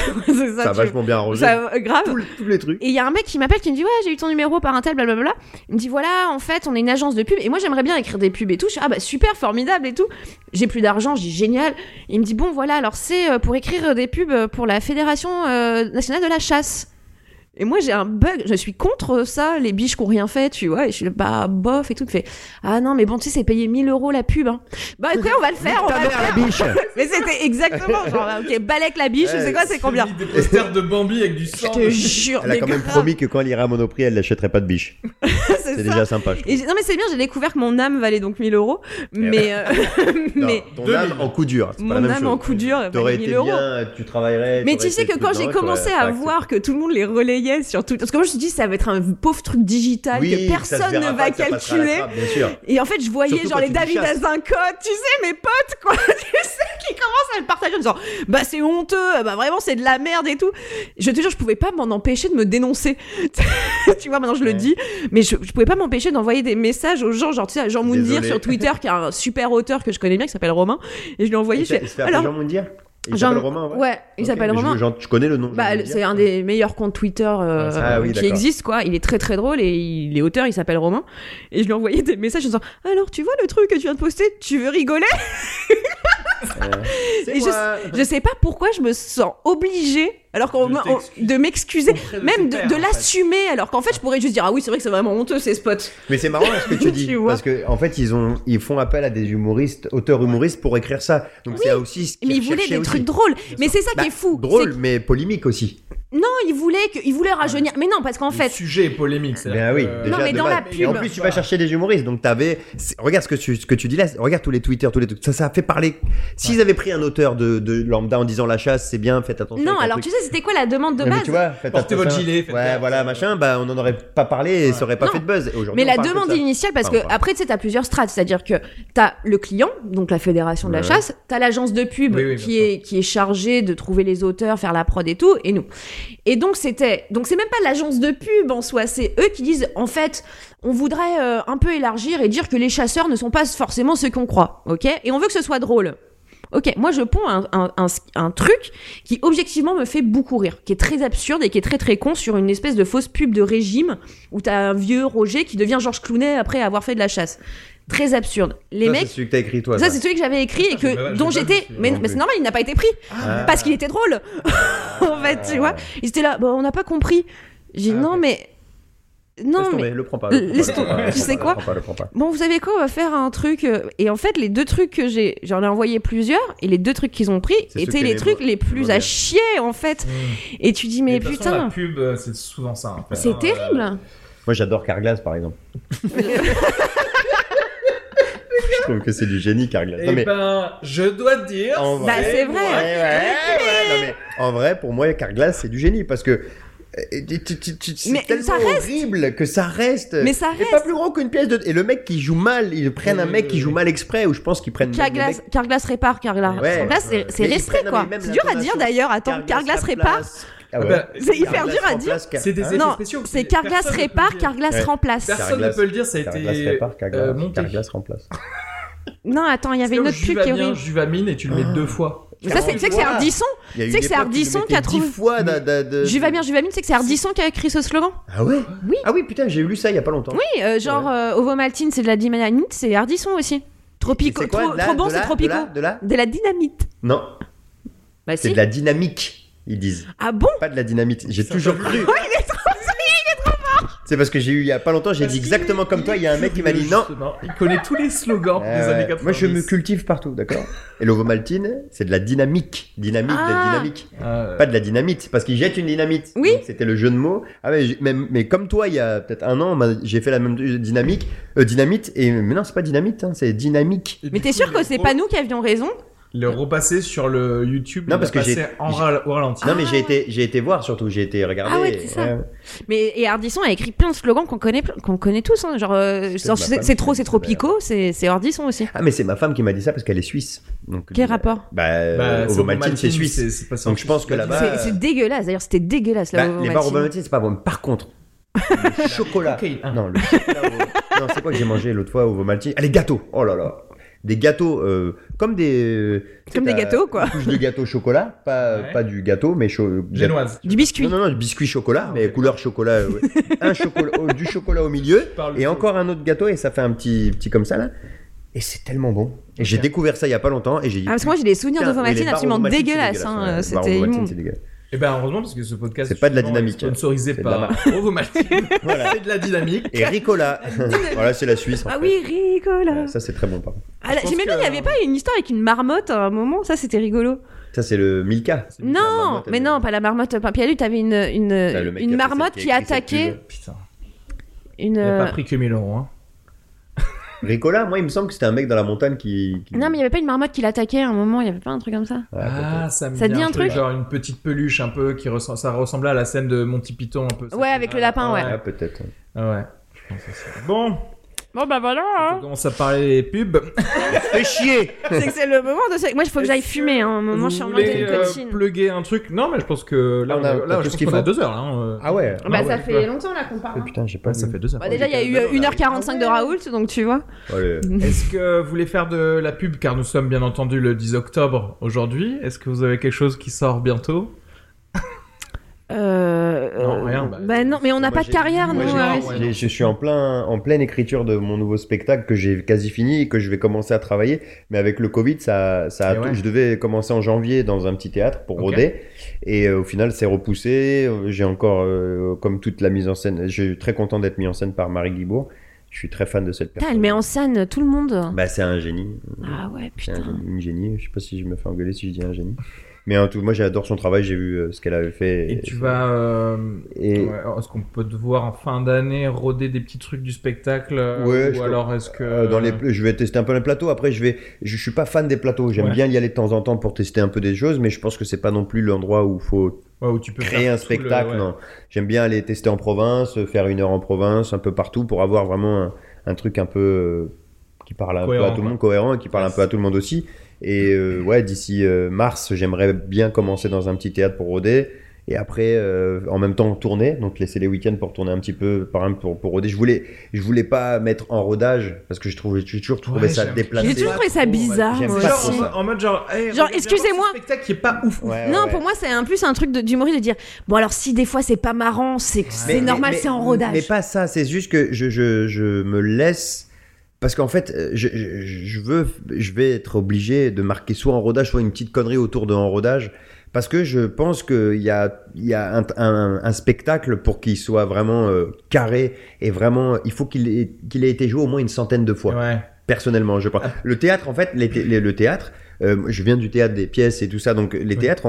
a vachement bien arrangé. Grave. Tous les trucs. Et il y a un mec qui m'appelle qui me dit, ouais, j'ai eu ton numéro par un tel, blablabla. Il me dit, voilà, en fait, on est une agence de pub. Et moi, j'aimerais bien écrire des pubs et tout. Je dis, ah bah super, formidable et tout. J'ai plus d'argent. Je dis, génial. Il me dit, bon, voilà, alors c'est pour écrire des pubs pour la Fédération nationale de la chasse. Et moi, j'ai un bug, je suis contre ça, les biches qui ont rien fait, tu vois, et je suis là, bof et tout, fait, ah non, mais bon, tu sais, c'est payé 1 000 € la pub, hein. Bah, ok, on va le faire, la biche. Mais c'était exactement, genre, ok, balèque la biche, c'est quoi, c'est combien? Des posters de Bambi avec du sang. Je te jure. Elle a quand même promis que quand elle irait à Monoprix, elle n'achèterait pas de biche. c'est déjà sympa, je trouve. Non, mais c'est bien, j'ai découvert que mon âme valait donc 1 000 €, mais, mais. Ton âme en coup dur, c'est pas la même chose. Mon âme en coup dur, t'aurais été bien, tu travaillerais. Mais tu sais que quand j'ai commencé à voir que tout le monde les relayait sur tout, parce que moi je me suis dit ça va être un pauvre truc digital que personne ne va calculer. Et en fait je voyais surtout genre les David Azincote, tu sais, mes potes quoi, tu sais, qui commencent à le partager en disant bah c'est honteux, bah vraiment c'est de la merde et tout. Je te jure je pouvais pas m'en empêcher de me dénoncer. Tu vois maintenant je le dis, mais je pouvais pas m'empêcher d'envoyer des messages aux gens, genre tu sais à Jean Moundir sur Twitter qui est un super auteur que je connais bien qui s'appelle Romain, et je lui ai envoyé. Alors Jean Moundir. Il s'appelle Romain, ouais, il s'appelle Romain. Tu connais le nom? Bah, c'est un des meilleurs comptes Twitter qui existe, quoi. Il est très très drôle et il est auteur, il s'appelle Romain. Et je lui ai envoyé des messages en disant alors tu vois le truc que tu viens de poster, tu veux rigoler? Et je sais pas pourquoi je me sens obligée alors de m'excuser, même de l'assumer, alors qu'en fait je pourrais juste dire ah oui c'est vrai que c'est vraiment honteux ces spots. Mais c'est marrant ce que tu dis parce que en fait ils font appel à des humoristes, auteurs humoristes pour écrire ça. Donc c'est aussi ce mais ils voulaient des trucs drôles. Mais c'est ça qui est fou. Drôle mais polémique aussi. Non, ils voulaient rajeunir. Mais non, parce qu'en fait. Le sujet est polémique, c'est bien oui. Déjà, non, mais dans la pub. Et en plus, tu vas chercher des humoristes. Donc, regarde ce que tu dis là. Regarde tous les Twitter, tous les trucs. Ça a fait parler. S'ils avaient pris un auteur de lambda en disant la chasse, c'est bien, faites attention. Non, alors tu sais, c'était quoi la demande de base? Mais tu vois, portez votre gilet. Ouais, voilà, machin. Bah, on n'en aurait pas parlé et ça aurait pas fait de buzz. Mais la demande initiale, parce que après, tu sais, t'as plusieurs strates. C'est-à-dire que t'as le client, donc la fédération de la chasse, t'as l'agence de pub qui est chargée de trouver les auteurs, faire la prod et tout, et nous. Et donc, c'est même pas l'agence de pub en soi, c'est eux qui disent en fait on voudrait un peu élargir et dire que les chasseurs ne sont pas forcément ceux qu'on croit, ok, et on veut que ce soit drôle. Ok, moi je ponds un truc qui objectivement me fait beaucoup rire, qui est très absurde et qui est très très con sur une espèce de fausse pub de régime où t'as un vieux Roger qui devient Georges Clooney après avoir fait de la chasse. Très absurde. Les mecs. C'est celui que t'as écrit toi. Ça c'est celui que j'avais écrit et que dont j'étais. Mais c'est normal, il n'a pas été pris parce qu'il était drôle. En fait, tu vois. Ils étaient là. Bon, on n'a pas compris. J'ai dit non mais. Non, laisse tomber, mais le prends pas. tu sais quoi ? Bon, vous savez quoi ? On va faire un truc. Et en fait, les 2 trucs que j'en ai envoyé plusieurs, et les 2 trucs qu'ils ont pris étaient les trucs les plus à chier, en fait. Et tu dis, mais putain. Façon, la pub, c'est souvent ça. En fait. C'est terrible. Moi, j'adore Carglass, par exemple. Je trouve que c'est du génie, Carglass. Je dois te dire. C'est vrai. Non, mais en vrai, pour moi, Carglass, c'est du génie parce que. C'est tellement horrible que ça reste. Mais ça reste. C'est pas plus gros qu'une pièce de. Et le mec qui joue mal, ils prennent un mec qui joue mal exprès, ou je pense qu'ils prennent. Carglass répare, Carglass. C'est restreint, quoi. C'est dur à dire d'ailleurs. Attends, Carglass répare. C'est hyper dur à dire. C'est des effets spéciaux. C'est Carglass répare, Carglass remplace. Personne ne peut le dire, ça a été monté. Carglass remplace. Non, attends, il y avait une autre pub qui est horrible. Juvamine et tu le mets 2 fois. Ça, tu sais que c'est Ardisson. Tu sais que c'est Ardisson qui a trouvé. 10 fois Juvamine, c'est que c'est Ardisson qui a écrit ce slogan. Ah ouais? Oui. Ah oui, putain, j'ai lu ça il y a pas longtemps. Oui, genre Ovomaltine, c'est de la dynamite, c'est Ardisson aussi. Tropico, trop bon, c'est Tropico. De la dynamite. Non. Bah c'est si. de la dynamique, ils disent. Ah bon? Pas de la dynamite. J'ai toujours cru. Oh, il est trop fort. C'est parce que j'ai eu il y a pas longtemps, j'ai dit exactement comme toi, il y a un mec qui m'a dit non. Il connaît tous les slogans des années 90. Moi je me cultive partout, d'accord. Et l'ovomaltine, c'est de la dynamique. Dynamique, dynamique. Pas de la dynamite, parce qu'il jette une dynamite. Oui. Donc, c'était le jeu de mots. Ah ouais, mais comme toi, il y a peut-être un an, j'ai fait la même dynamite. Mais non, c'est pas dynamite, hein, c'est dynamique. Mais t'es sûr que c'est pas nous qui avions raison? Le repasser sur le YouTube, non, parce que au ralenti. Non, mais j'ai été voir surtout, j'ai été regarder. Ah ouais, c'est ça. Mais et Ardisson a écrit plein de slogans qu'on connaît tous, hein. Genre c'est Tropico, c'est Ardisson aussi. Ah mais c'est ma femme qui m'a dit ça parce qu'elle est suisse. Donc quel rapport? Ovomaltine c'est suisse. Donc je pense que là-bas c'est dégueulasse. D'ailleurs, c'était dégueulasse là. Les bars Ovomaltine, c'est pas bon. Par contre, le chocolat. Non, le chocolat. Non, c'est quoi que j'ai mangé l'autre fois au Ovomaltine? Ah, les gâteaux. Oh là là. Des gâteaux comme des gâteaux quoi. Une couche de gâteau chocolat, pas du gâteau mais génoise. Du biscuit. Non, du biscuit chocolat mais couleur chocolat. Un chocolat du chocolat au milieu et encore un autre gâteau et ça fait un petit comme ça là. Et c'est tellement bon. Et j'ai découvert ça il y a pas longtemps et j'ai dit parce que moi j'ai des souvenirs d'Ovomaltine absolument dégueulasses hein. C'était immonde. Et ben heureusement parce que ce podcast c'est pas de la dynamique, sponsorisé par Ovomaltine. Voilà. C'est de la dynamique. Et Ricola. Voilà, c'est la Suisse. Ah oui, Ricola. Ça c'est très bon par contre. J'aimais bien, il y avait pas une histoire avec une marmotte à un moment, ça c'était rigolo. Ça c'est le Milka. Non, mais non, pas la marmotte. Puis à lui, t'avais une marmotte qui attaquait. Putain. Il a pas pris que 1000 €. Hein. Ricola, moi il me semble que c'était un mec dans la montagne qui... Non mais il y avait pas une marmotte qui l'attaquait à un moment, il y avait pas un truc comme ça. Ça me dit un truc genre une petite peluche un peu ça ressemblait à la scène de Monty Python un peu. Ouais, avec le lapin, ouais. Ah peut-être. Ouais. Je pense aussi. Bon bah voilà. On commence à parler des pubs. Fais chier. C'est le moment de... Moi il faut que j'aille fumer, hein. Un moment je suis en mode nicotine. Plugger un truc. Non mais je pense que là je pense qu'on a 2 heures là. Ah ouais. Bah ça fait longtemps là qu'on parle. Putain, j'ai pas ça fait 2 heures. Bah déjà il y a eu 1h45 de Raoult donc tu vois. Est-ce que vous voulez faire de la pub car nous sommes bien entendu le 10 octobre aujourd'hui. Est-ce que vous avez quelque chose qui sort bientôt? Non, rien. Bah non, mais on n'a pas de carrière, nous. Je suis en pleine écriture de mon nouveau spectacle que j'ai quasi fini et que je vais commencer à travailler. Mais avec le Covid, je devais commencer en janvier dans un petit théâtre pour Rodet. Et au final, c'est repoussé. J'ai encore, comme toute la mise en scène, je suis très content d'être mis en scène par Marie Guibourg. Je suis très fan de cette personne. Elle met en scène tout le monde. Bah, c'est un génie. Ah ouais, putain. Une génie. Je sais pas si je me fais engueuler si je dis un génie. Mais en tout, moi j'adore son travail, j'ai vu ce qu'elle avait fait. Et tu vas. Est-ce qu'on peut te voir en fin d'année roder des petits trucs du spectacle alors est-ce que. Je vais tester un peu les plateaux. Après, je suis pas fan des plateaux. J'aime bien y aller de temps en temps pour tester un peu des choses, mais je pense que c'est pas non plus l'endroit où il faut où tu peux créer un spectacle. Non. J'aime bien aller tester en province, faire 1 heure en province, un peu partout pour avoir vraiment un truc un peu qui parle un peu à tout le monde, cohérent et qui parle un peu à tout le monde aussi. Et d'ici mars, j'aimerais bien commencer dans un petit théâtre pour roder. Et après, en même temps, tourner. Donc, laisser les week-ends pour tourner un petit peu, par exemple, pour roder. Je voulais pas mettre en rodage parce que j'ai toujours trouvé ça déplacé. J'ai toujours trouvé ça bizarre. Moi aussi. En mode genre excusez-moi. Un spectacle qui est pas ouf. Non, pour moi, c'est un truc d'humoriste de dire bon, alors si des fois c'est pas marrant, c'est normal, c'est en rodage. Mais pas ça. C'est juste que je me laisse. Parce qu'en fait, je vais être obligé de marquer soit en rodage, soit une petite connerie autour de en rodage, Parce que je pense qu'il y a un spectacle pour qu'il soit vraiment carré et vraiment, il faut qu'il ait été joué au moins une centaine de fois. Ouais. Personnellement, je pense. Le théâtre, en fait, le théâtre, je viens du théâtre des pièces et tout ça, donc les théâtres,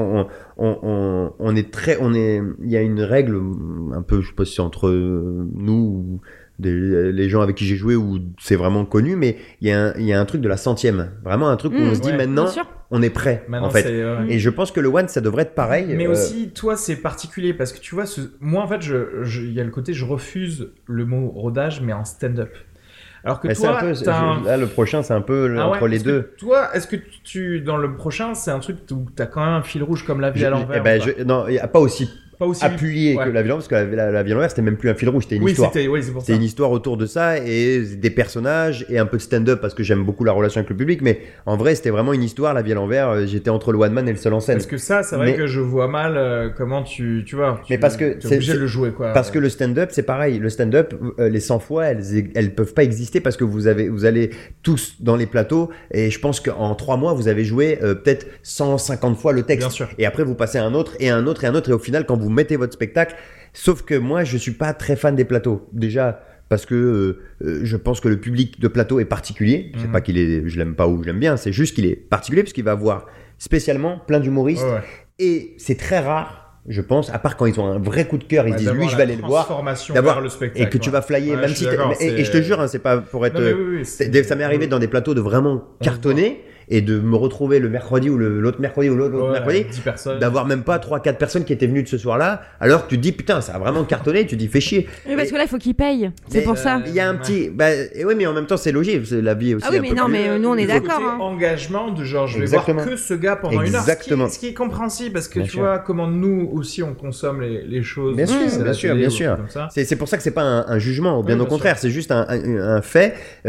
il y a une règle un peu, je sais pas si c'est entre nous ou les gens avec qui j'ai joué où c'est vraiment connu, mais il y a un truc de la centième, vraiment un truc où on se dit maintenant on est prêt maintenant, en fait. Et je pense que le one ça devrait être pareil. Mais aussi toi c'est particulier parce que tu vois, moi en fait il y a le côté je refuse le mot rodage mais en stand-up. Alors que toi, là le prochain c'est un peu entre les deux. Toi, est-ce que dans le prochain c'est un truc où t'as quand même un fil rouge comme la vie à l'envers? Non, pas aussi appuyé que la vie à l'envers, parce que la vie à l'envers c'était même plus un fil rouge, c'était une histoire. C'était une histoire autour de ça et des personnages et un peu de stand-up parce que j'aime beaucoup la relation avec le public, mais en vrai c'était vraiment une histoire, la vie à l'envers. J'étais entre le one man et le seul en scène. Parce que ça, c'est vrai que je vois mal comment tu vois. Mais parce que t'es obligé de le jouer quoi. Parce que le stand-up c'est pareil, le stand-up les 100 fois elles peuvent pas exister parce que vous allez tous dans les plateaux et je pense qu'en 3 mois vous avez joué peut-être 150 fois le texte. Bien sûr. Et après vous passez à un autre et un autre et un autre et au final quand vous mettez votre spectacle, sauf que moi je suis pas très fan des plateaux déjà parce que je pense que le public de plateau est particulier. C'est pas je l'aime pas ou je l'aime bien, c'est juste qu'il est particulier parce qu'il va avoir spécialement plein d'humoristes et c'est très rare. Je pense, à part quand ils ont un vrai coup de cœur, ils disent lui je vais aller le voir, d'avoir le spectacle, et que tu vas flyer, même si et je te jure, hein, c'est pas pour être. Ça m'est arrivé dans des plateaux de vraiment cartonner et de me retrouver le mercredi ou l'autre mercredi mercredi, 10 personnes, d'avoir même pas 3-4 personnes qui étaient venues de ce soir-là, alors que tu te dis putain ça a vraiment cartonné, tu te dis fais chier. Oui, parce que là il faut qu'ils payent, c'est pour ça. Il y a un petit, oui mais en même temps c'est logique, c'est la vie aussi. Ah oui mais non mais nous on est d'accord. Engagement de genre je vais voir que ce gars pendant une heure, ce qui est compréhensible parce que tu vois comment nous aussi on consomme les choses. Bien sûr. C'est pour ça que c'est pas un jugement, bien au contraire, c'est juste un fait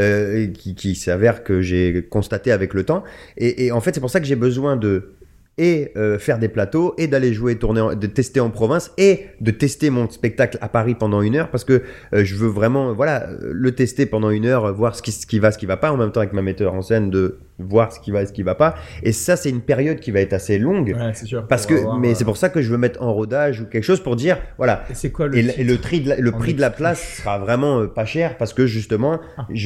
qui s'avère que j'ai constaté avec le temps. Et en fait, c'est pour ça que j'ai besoin de faire des plateaux et d'aller jouer, tourner, de tester en province et de tester mon spectacle à Paris pendant 1 heure parce que je veux vraiment le tester pendant 1 heure, voir ce qui va pas, en même temps avec ma metteur en scène de voir ce qui va et ce qui va pas. Et ça, c'est une période qui va être assez longue. Ouais, c'est sûr. Parce que, c'est pour ça que je veux mettre en rodage ou quelque chose pour dire, voilà. Et c'est quoi le prix de la place sera vraiment pas cher parce que justement,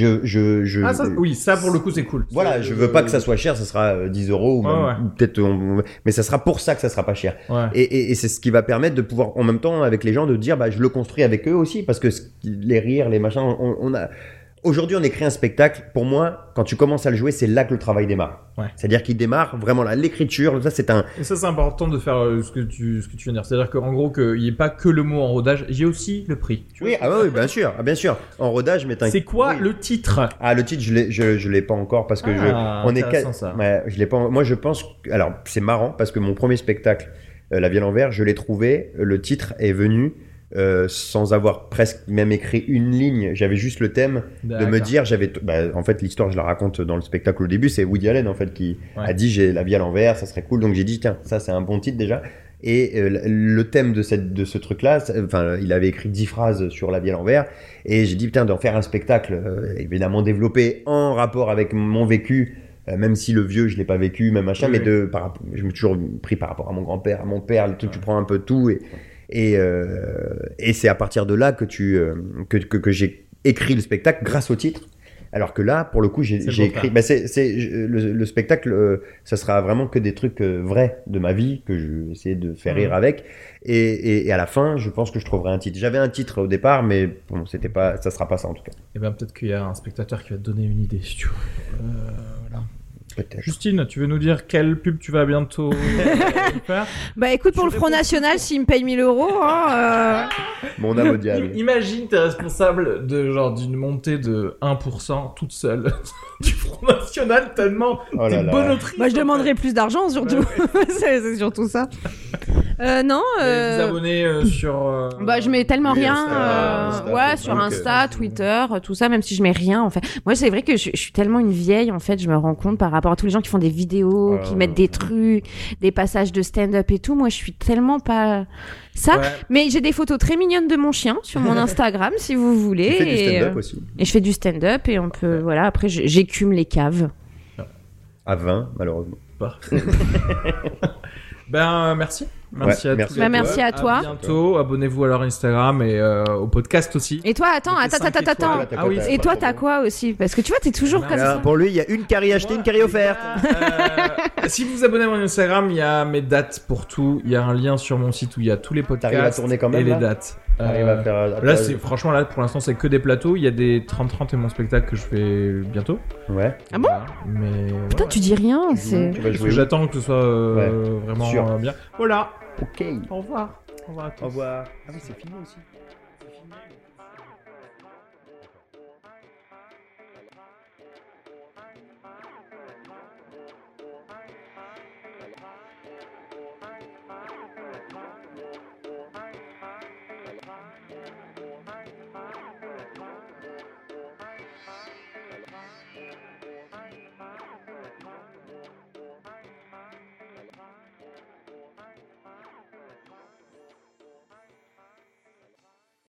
ça pour le coup c'est cool. Voilà, je veux pas que ça soit cher, ça sera 10 euros ou peut-être, mais ça sera pour ça que ça sera pas cher. Ouais. Et c'est ce qui va permettre de pouvoir en même temps avec les gens de dire, je le construis avec eux aussi parce que les rires, les machins, aujourd'hui, on écrit un spectacle. Pour moi, quand tu commences à le jouer, c'est là que le travail démarre. Ouais. C'est-à-dire qu'il démarre vraiment là. L'écriture, ça, c'est un. Et ça, c'est important de faire ce que tu viens de dire. C'est-à-dire qu'en gros, qu'il n'y ait pas que le mot en rodage, il y a aussi le prix. Oui, bien sûr. En rodage, mais c'est quoi le titre ? Le titre, je l'ai pas encore parce que je l'ai pas. Moi, je pense. Alors, c'est marrant parce que mon premier spectacle, La Vie à l'envers, je l'ai trouvé. Le titre est venu. Sans avoir presque même écrit une ligne, j'avais juste le thème de me dire, en fait l'histoire je la raconte dans le spectacle au début, c'est Woody Allen en fait qui a dit j'ai la vie à l'envers, ça serait cool, donc j'ai dit tiens ça c'est un bon titre déjà. Et le thème de ce truc là, il avait écrit 10 phrases sur la vie à l'envers et j'ai dit putain d'en faire un spectacle évidemment développé en rapport avec mon vécu. Même si le vieux je l'ai pas vécu même machin, mais je me suis toujours pris par rapport à mon grand-père, à mon père, tu prends un peu tout et c'est à partir de là que j'ai écrit le spectacle grâce au titre. Alors que là, pour le coup, j'ai écrit. Le spectacle, ça sera vraiment que des trucs vrais de ma vie que je vais essayer de faire rire avec. Et à la fin, je pense que je trouverai un titre. J'avais un titre au départ, mais bon, ça sera pas ça en tout cas. Et ben peut-être qu'il y a un spectateur qui va te donner une idée, si tu veux. Voilà. Peut-être. Justine, tu veux nous dire quelle pub tu vas bientôt faire ? Écoute, pour le Front National, s'il me paye 1 000 €. Mon âme au diable. Imagine, t'es responsable d'une montée de 1% toute seule du Front National, tellement t'es bonne autrice. Je demanderais plus d'argent surtout. C'est surtout ça. Non. Des abonnés sur. Je mets tellement rien. Sur Insta, Twitter, tout ça, même si je mets rien en fait. Moi, c'est vrai que je suis tellement une vieille en fait. Je me rends compte par rapport à tous les gens qui font des vidéos, qui mettent des trucs, des passages de stand-up et tout. Moi, je suis tellement pas ça. Ouais. Mais j'ai des photos très mignonnes de mon chien sur mon Instagram, si vous voulez. Tu fais du stand-up aussi. Et je fais du stand-up et on peut, après, j'écume les caves. À 20, malheureusement. Merci. Merci à tous. Merci à toi. À bientôt. Abonnez-vous à leur Instagram et au podcast aussi. Et toi, attends. Ah oui, et toi, t'as quoi aussi? Parce que tu vois, t'es toujours comme ça. Pour lui, il y a une carie achetée, une carie offerte. Si vous vous abonnez à mon Instagram, il y a mes dates pour tout. Il y a un lien sur mon site où il y a tous les podcasts. T'arrives à tourner quand même, et les là dates. À faire... Là, franchement, pour l'instant, c'est que des plateaux. Il y a des 30-30 et mon spectacle que je fais bientôt. Ouais. Ah bon? Mais putain, tu dis rien. C'est... Tu vas jouer. J'attends que ce soit vraiment bien. Voilà. Ok. Au revoir. Au revoir à tous. Au revoir. Ah oui, c'est fini aussi.